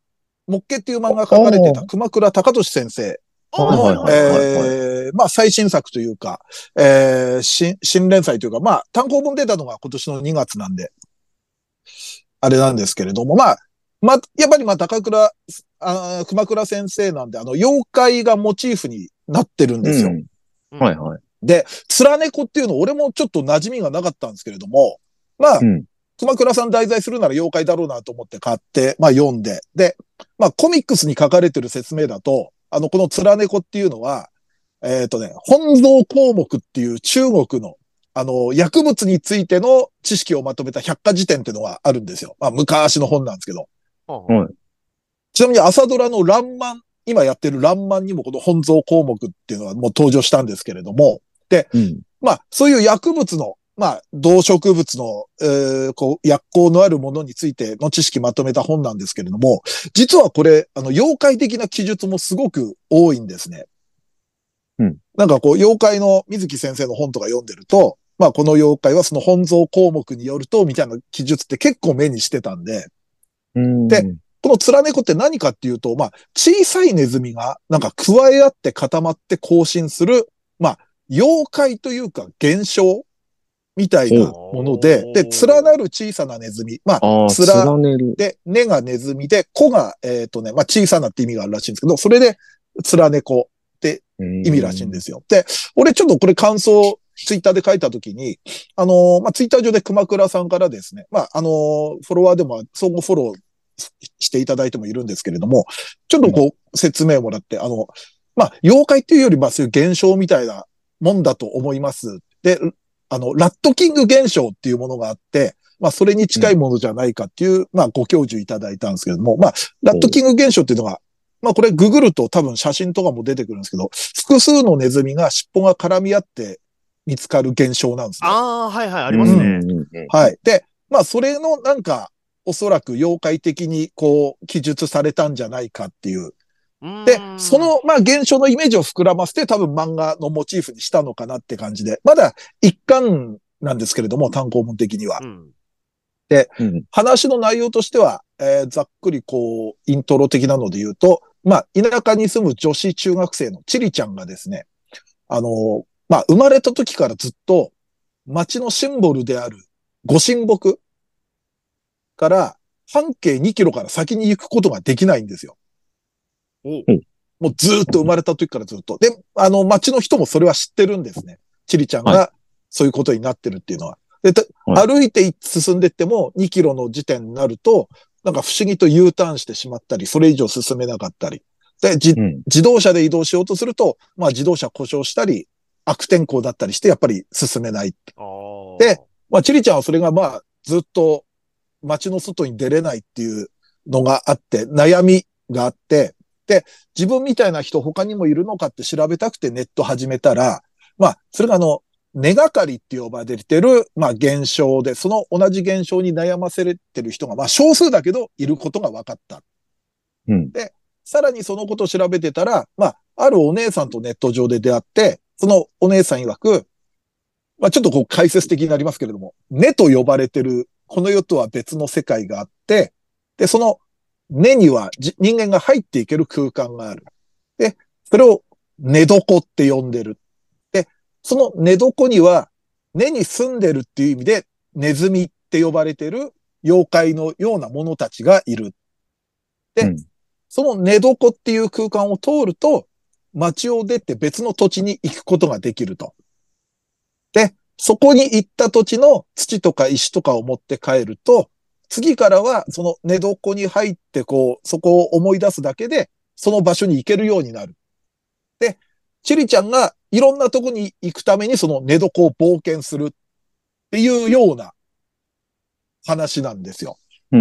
もっけっていう漫画書かれてた熊倉隆俊先生の、 はいはいはいはいえー、まあ最新作というか、えー、新、新連載というか、まあ単行本出たのが今年のにがつなんで、あれなんですけれども、まあ、まあ、やっぱりまあ高倉、あ熊倉先生なんで、あの、妖怪がモチーフになってるんですよ。 うん。はいはい。 で、つら猫っていうの、俺もちょっと馴染みがなかったんですけれども、まあ、 うん。 熊倉さん題材するなら妖怪だろうなと思って買って、まあ読んで、で、まあコミックスに書かれてる説明だと、あの、このつら猫っていうのは、えっ、とね、本草項目っていう中国の、あの、薬物についての知識をまとめた百科事典っていうのがあるんですよ。まあ昔の本なんですけど。 はい。 ちなみに朝ドラのランマン、今やってるランマンにもこの本草項目っていうのはもう登場したんですけれども、で、 うん。 まあ、そういう薬物の、まあ、動植物の、えー、こう、薬効のあるものについての知識まとめた本なんですけれども、実はこれ、あの、妖怪的な記述もすごく多いんですね。 うん。 なんかこう、妖怪の水木先生の本とか読んでると、まあ、この妖怪はその本草項目によると、みたいな記述って結構目にしてたんで、 うん。 で、このつら猫って何かっていうと、まあ、小さいネズミが、なんか加え合って固まって行進する、まあ、妖怪というか現象みたいなもので、で、連なる小さなネズミ。まあ、 ああ、 つら連ねる。 で、根がネズミで、子が、えっ、とね、まあ、小さなって意味があるらしいんですけど、それで、つら猫って意味らしいんですよ。で、俺ちょっとこれ感想、ツイッターで書いたときに、あのーまあ、ツイッター上で熊倉さんからですね、まあ、あのーフォロワーでも相互フォローしていただいてもいるんですけれども、ちょっとこう説明をもらって、あの、まあ、妖怪っていうより、まあ、そういう現象みたいなもんだと思います。で、あの、ラットキング現象っていうものがあって、まあ、それに近いものじゃないかっていう、まあ、ご教授いただいたんですけれども、まあ、ラットキング現象っていうのが、まあ、これググると多分写真とかも出てくるんですけど、複数のネズミが尻尾が絡み合って見つかる現象なんですね。 ああ、はいはい、ありますね。 はい。で、まあ、それのなんか、おそらく妖怪的にこう、記述されたんじゃないかっていう。で、その、まあ、現象のイメージを膨らませて多分漫画のモチーフにしたのかなって感じで、まだ一巻なんですけれども、単行本的には。うん、で、うん、話の内容としては、えー、ざっくりこう、イントロ的なので言うと、まあ、田舎に住む女子中学生のチリちゃんがですね、あの、まあ、生まれた時からずっと街のシンボルであるご神木から半径にキロから先に行くことができないんですよ。 おもうずーっと生まれた時からずっと。で、あの、街の人もそれは知ってるんですね。チリちゃんがそういうことになってるっていうのは。で、はい、歩いて進んでってもにキロの時点になると、なんか不思議と U ターンしてしまったり、それ以上進めなかったり。で、じ、うん、自動車で移動しようとすると、まあ自動車故障したり、悪天候だったりして、やっぱり進めない。で、まあチリちゃんはそれがまあずっと街の外に出れないっていうのがあって、悩みがあって、で、自分みたいな人他にもいるのかって調べたくてネット始めたら、まあ、それがあの、根がかりって呼ばれてる、まあ、現象で、その同じ現象に悩ませれてる人が、まあ、少数だけど、いることが分かった。うん。で、さらにそのことを調べてたら、まあ、あるお姉さんとネット上で出会って、そのお姉さん曰く、まあ、ちょっとこう解説的になりますけれども、根と呼ばれてる、この世とは別の世界があって、で、その根には人間が入っていける空間がある。で、それを根床って呼んでる。で、その根床には根に住んでるっていう意味でネズミって呼ばれてる妖怪のようなものたちがいる。で、うん、その根床っていう空間を通ると街を出て別の土地に行くことができると。で、そこに行った土地の土とか石とかを持って帰ると、次からはその寝床に入ってこう、そこを思い出すだけで、その場所に行けるようになる。で、チリちゃんがいろんなとこに行くためにその寝床を冒険するっていうような話なんですよ。うん、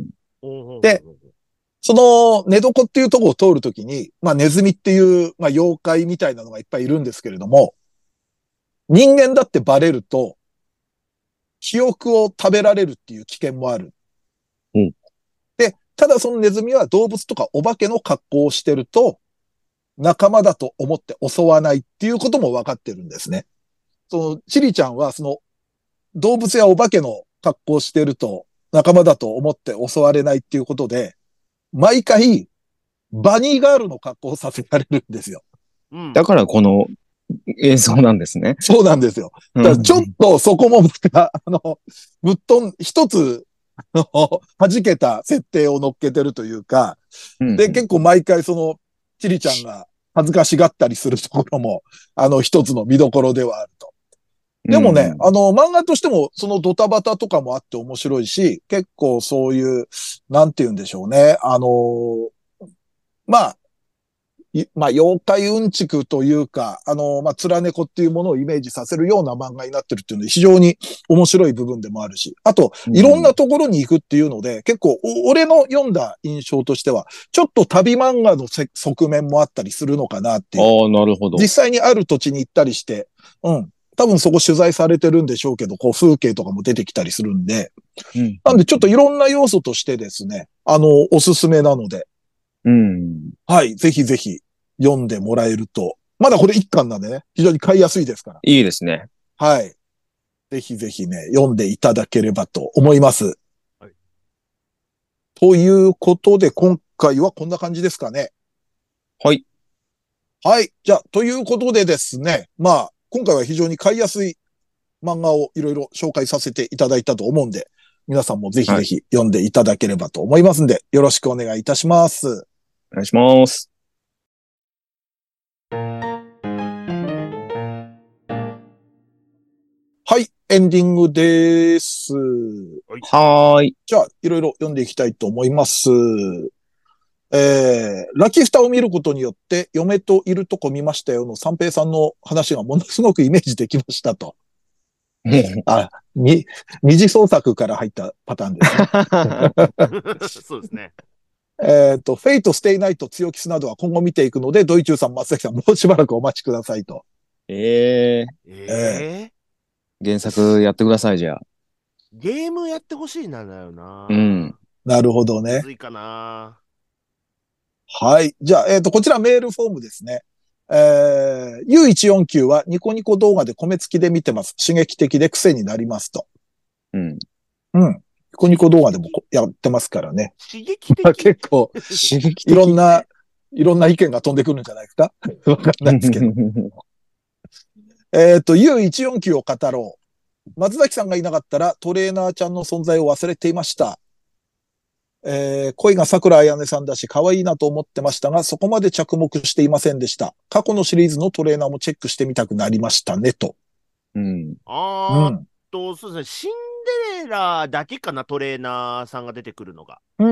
で、その寝床っていうところを通るときに、まあネズミっていう、まあ、妖怪みたいなのがいっぱいいるんですけれども、人間だってバレると、記憶を食べられるっていう危険もある。うん。で、ただそのネズミは動物とかお化けの格好をしてると、仲間だと思って襲わないっていうことも分かってるんですね。その、チリちゃんはその、動物やお化けの格好をしてると、仲間だと思って襲われないっていうことで、 毎回、バニーガールの格好をさせられるんですよ。 うん。 だからこの映像なんですね。 そうなんですよ。だからちょっとそこもまた、あの、ぶっ飛ん、一つ、あの弾けた設定を乗っけてるというか、 うんで、結構毎回その、チリちゃんが恥ずかしがったりするところも、あの、一つの見どころではあると。でもね、あの、漫画としても、そのドタバタとかもあって面白いし、結構そういう、なんて言うんでしょうね。あの、まあ、いまあ、妖怪うんちくというか、あの、まあ、つら猫っていうものをイメージさせるような漫画になってるっていうので、非常に面白い部分でもあるし、あと、いろんなところに行くっていうので、結構、俺の読んだ印象としては、ちょっと旅漫画の側面もあったりするのかなっていう。 ああ、なるほど。 実際にある土地に行ったりして、うん。多分そこ取材されてるんでしょうけど、こう風景とかも出てきたりするんで、 うん、 なんでちょっといろんな要素としてですね、あの、おすすめなので、 うん。 はい、ぜひぜひ読んでもらえると、まだこれ一巻なんでね、非常に買いやすいですから。 いいですね。 はい。ぜひぜひね、読んでいただければと思います。はい。ということで、今回はこんな感じですかね。 はい。 はい。じゃあ、ということでですね、まあ、今回は非常に買いやすい漫画をいろいろ紹介させていただいたと思うんで、皆さんもぜひぜひ読んでいただければと思いますんで、はい、よろしくお願いいたします。 お願いします。 はい、エンディングです。 はーい。 じゃあ、いろいろ読んでいきたいと思います。えー、ラキフタを見ることによって、嫁といるとこ見ましたよの三平さんの話がものすごくイメージできましたと。あ、み、二次創作から入ったパターンですね。 そうですね。 えっと、フェイト、ステイナイト、強キスなどは今後見ていくので、ドイチューさん、松崎さん、もうしばらくお待ちくださいと。 ええー。えー。原作やってください、じゃあ。 ゲームやってほしいなんだよな。 うん。 なるほどね。 むずいかな。 はい。じゃあ、えっと、こちらメールフォームですね。えー、ユーいちよんきゅう はニコニコ動画で米付きで見てます。刺激的で癖になりますと。 うん。 うん。ニコニコ動画でもやってますからね。 刺激的結構、刺激的いろんな、いろんな意見が飛んでくるんじゃないですかわかんないですけど。えっと、ユーいちよんきゅう を語ろう。松崎さんがいなかったらトレーナーちゃんの存在を忘れていました。えー、声が桜彩音さんだし、可愛いなと思ってましたが、そこまで着目していませんでした。過去のシリーズのトレーナーもチェックしてみたくなりましたね、と。 うん。 あーっと、そうですね、シンデレラだけかな、トレーナーさんが出てくるのが。 うん。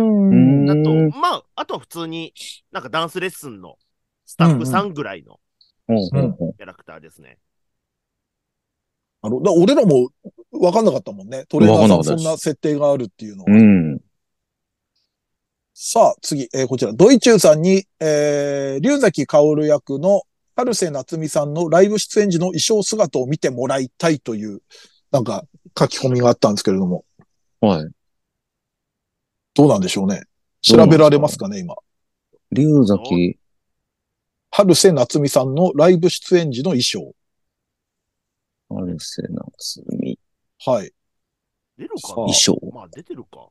あと、まあ、あとは普通に、なんかダンスレッスンのスタッフさんぐらいのキャラクターですね。 あの、だ俺らも分かんなかったもんね。トレーナーさんそんな設定があるっていうのは。 うん。 さあ、次、えー、こちら、ドイチューさんに、えー、龍崎薫役の春瀬夏美さんのライブ出演時の衣装姿を見てもらいたいという、なんか、書き込みがあったんですけれども。 はい。 どうなんでしょうね。調べられますかね、今。 龍崎。 春瀬夏美さんのライブ出演時の衣装。 春瀬夏美。 はい。 出るかな衣装。 まあ、出てるか。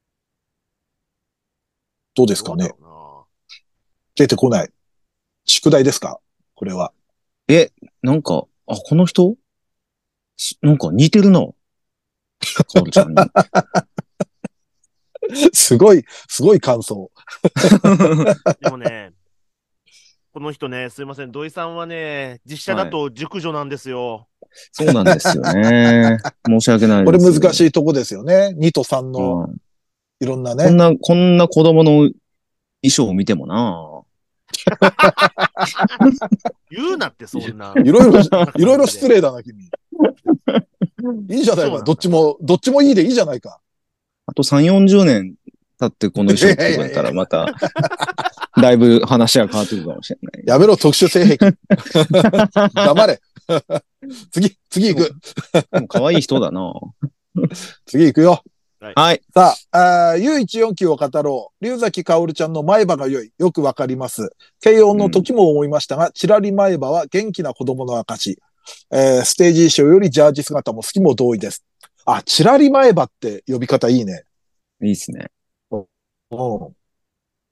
どうですかね。出てこない。宿題ですかこれは。 え、なんか、あ、この人なんか似てるな。カオルちゃんに。 すごい、すごい感想。 でもね、この人ね、すいません、土井さんはね、実写だと熟女なんですよ。 そうなんですよね。申し訳ないです。 これ難しいとこですよね。にとさんの、いろんなね。 こんな、こんな子供の衣装を見てもな。 言うなって、そんな。 いろいろ、いろいろ失礼だな、君。いいじゃないか。どっちも、どっちもいいでいいじゃないか。 あとさん、よんじゅうねん経ってこの衣装ってくれたらまた、だいぶ話が変わってくるかもしれない。 やめろ、特殊性癖。黙れ。次、次行く。 可愛い人だな。 次行くよ。 はい。 さあ、あ ユーいちよんきゅう を語ろう。龍崎薫ちゃんの前歯が良い。よくわかります。軽音の時も思いましたが、うん、チラリ前歯は元気な子供の証。えー、ステージ衣装よりジャージ姿も好きも同意です。あ、チラリ前歯って呼び方いいね。 いいっすね。 うん。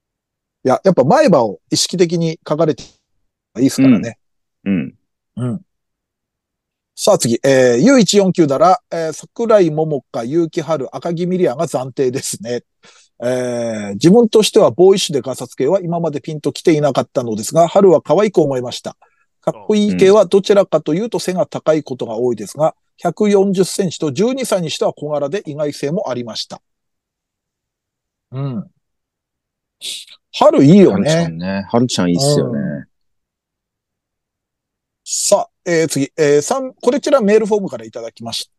や、やっぱ前歯を意識的に書かれていいですからね。 うん。 うん。さあ次、えー、ユーいちよんきゅう なら、えー、桜井桃香、結城春、赤木ミリアが暫定ですね。えー、自分としてはボーイッシュでガサツ系は今までピンと来ていなかったのですが、春は可愛く思いました。かっこいい系はどちらかというと背が高いことが多いですが、ひゃくよんじゅっセンチとじゅうにさいにしては小柄で意外性もありました。うん。春いいよ春ちゃね。 んね。春ちゃんいいっすよね。 うん。さあ、えー、次、えー、三これちらメールフォームからいただきました。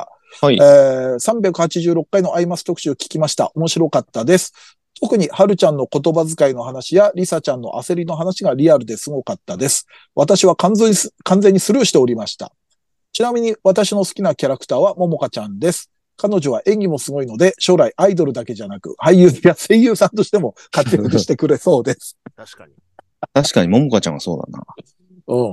はい。 えー、さんびゃくはちじゅうろっかいのアイマス特集聞きました。面白かったです。特に、はるちゃんの言葉遣いの話や、りさちゃんの焦りの話がリアルですごかったです。私は完全に完全にスルーしておりました。ちなみに、私の好きなキャラクターはももかちゃんです。彼女は演技もすごいので、将来アイドルだけじゃなく、俳優や声優さんとしても活躍してくれそうです。 確かに。 確かに、ももかちゃんはそうだな。 うん。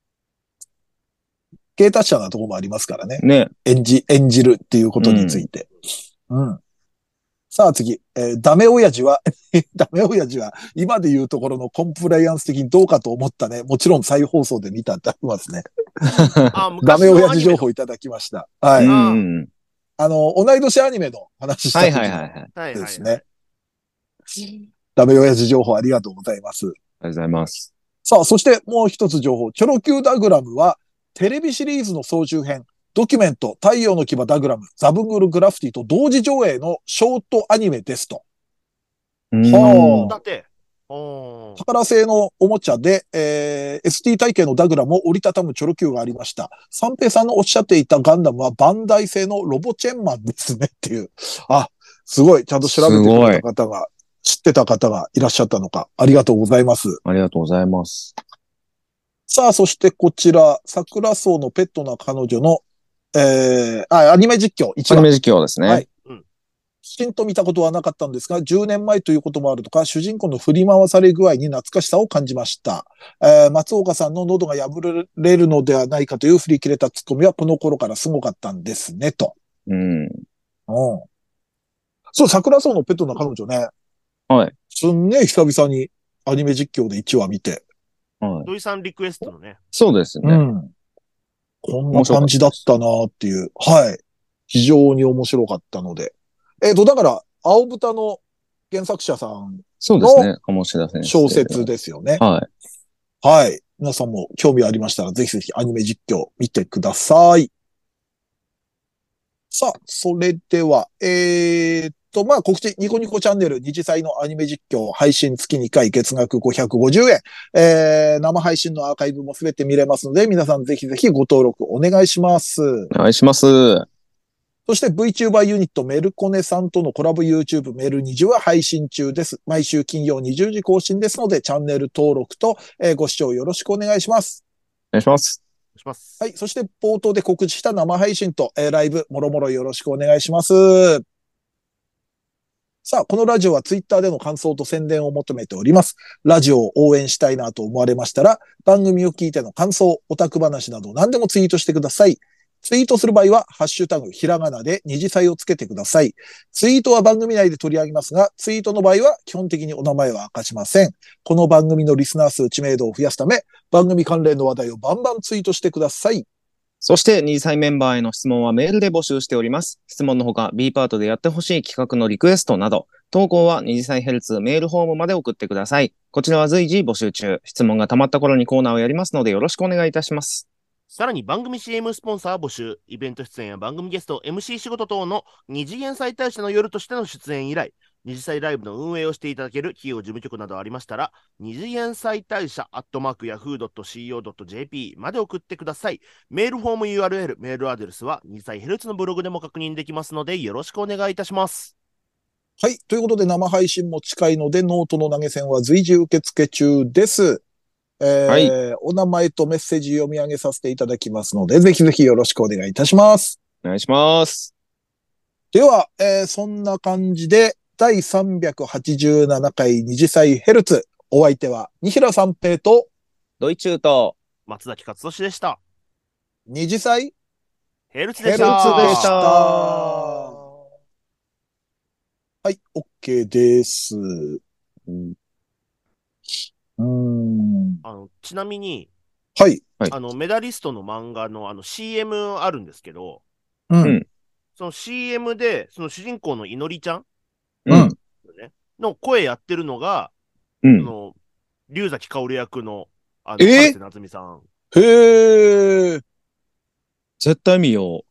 芸達者なところもありますからね。 ね。 演じ、演じるっていうことについて。うん。うん、さあ次、えー、ダメ親父は、ダメ親父は、今で言うところのコンプライアンス的にどうかと思ったね。もちろん再放送で見たってありますね。 あ、 ダメ昔の親父アニメの。 情報いただきました。はうい。 ん。 あの、同い年アニメの話しはいた時のはいはいはい。ありはいはいはい。 ですね。ダメ親父情報ありがとうございます。 がとうございます。 さあ、そしてもう一つ情報。チョロ Q ダグラムは、テレビシリーズの総集編、ドキュメント、太陽の牙ダグラム、ザブングルグラフィティと同時上映のショートアニメですと。はあ。 だって、おー宝製のおもちゃで、えー、エスティー 体系のダグラムを折りたたむチョロ Q がありました。三平さんのおっしゃっていたガンダムはバンダイ製のロボチェンマンですねっていう。あ、すごい。ちゃんと調べてくれた方が、知ってた方がいらっしゃったのか。ありがとうございます。 ありがとうございます。 さあ、そしてこちら、桜草のペットな彼女の、えー、あ、アニメ実況いちわ。 アニメ実況ですね。 はい。きちんと見たことはなかったんですが、じゅうねんまえということもあるとか、主人公の振り回され具合に懐かしさを感じました。えー、松岡さんの喉が破れるのではないかという振り切れたツッコミはこの頃からすごかったんですね、と。 うん。 うん。そう、桜草のペットな彼女ね。 はい。 すんねえ久々にアニメ実況でいちわ見て。 はい。 土井さんリクエストのね。 そうですね。 うん。こんな感じだったなっていう。はい。非常に面白かったので。えっ、と、だから、青豚の原作者さんそうですね。鴨志田先生。 小説ですよね。 はい。 はい。皆さんも興味ありましたら、ぜひぜひアニメ実況見てください。さあ、それでは、えー、っと、まあ、告知、ニコニコチャンネル、二次祭のアニメ実況、配信月にかい、月額ごひゃくごじゅうえん。えー、生配信のアーカイブもすべて見れますので、皆さんぜひぜひご登録お願いします。 お願いします。 そして VTuber ユニットメルコネさんとのコラボ YouTube メルにじゅうは配信中です。毎週金曜にじゅうじ更新ですので、チャンネル登録と、えー、ご視聴よろしくお願いします。 お願いします。 お願いします。 はい。そして冒頭で告知した生配信と、えー、ライブ、もろもろよろしくお願いします。さあ、このラジオはツイッターでの感想と宣伝を求めております。ラジオを応援したいなと思われましたら、番組を聞いての感想、オタク話など何でもツイートしてください。ツイートする場合は、ハッシュタグ、ひらがなで二次祭をつけてください。ツイートは番組内で取り上げますが、ツイートの場合は基本的にお名前は明かしません。この番組のリスナー数知名度を増やすため、番組関連の話題をバンバンツイートしてください。 そして、二次祭メンバーへの質問はメールで募集しております。質問のほか、B パートでやってほしい企画のリクエストなど、投稿は二次祭ヘルツメールフォームまで送ってください。こちらは随時募集中。質問が溜まった頃にコーナーをやりますので、よろしくお願いいたします。 さらに番組 シーエム スポンサー募集、イベント出演や番組ゲスト、エムシー 仕事等の二次元再大社の夜としての出演以来、二次祭ライブの運営をしていただける企業事務局などありましたら、二次元再大社アットマークヤフー シーオー ジェーピー まで送ってください。メールフォーム ユーアールエル、メールアドレスは二次祭ヘルツのブログでも確認できますので、よろしくお願いいたします。 はい。ということで生配信も近いので、ノートの投げ銭は随時受付中です。えーはい、お名前とメッセージ読み上げさせていただきますので、ぜひぜひよろしくお願いいたします。 お願いします。 では、えー、そんな感じで、だいさんびゃくはちじゅうななかい二次祭ヘルツ。お相手は、二平三平と、 ドイチューと、 松崎勝利でした。 二次祭ヘルツでした。 ヘルツでした。はい、OK です。 うんあの、ちなみに、 はい。 あの、メダリストの漫画のあの シーエム あるんですけど、 ううんん。 その シーエム で、その主人公のいのりちゃん、 うん。 ね、の声やってるのが、 うん。 その、龍崎薫役の、あの、 えー春瀬夏美さん。 へえ。 絶対見よ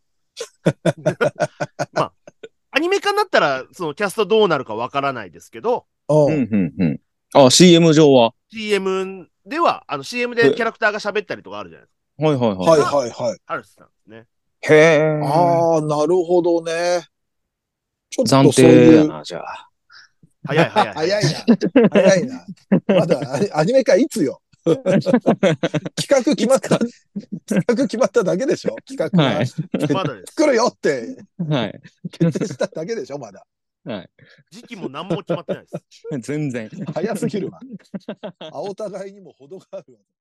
まあ、アニメ化になったら、そのキャストどうなるかわからないですけど、 う。ううん。 ん、うん、うん。あ、シーエム 上は。 シーエム では、あの シーエムえでキャラクターが喋ったりとかあるじゃないですはいはいはい。 はいか。 はいはい。 春瀬さんですね。 へえ。 ああ、なるほどね。ちょっ暫とそういう、 定やな、じゃあ。 早い早い早い。 早いな。早いな。まだアニアニメ化いつよ。企画決まった、 いつか。 企画決まっただけでしょ企画がはい。 まだです。 作るよってはい。 決定しただけでしょまだ。 はい。 時期も何も決まってないです。 全然。 早すぎるわ。あお互いにも程があるわ。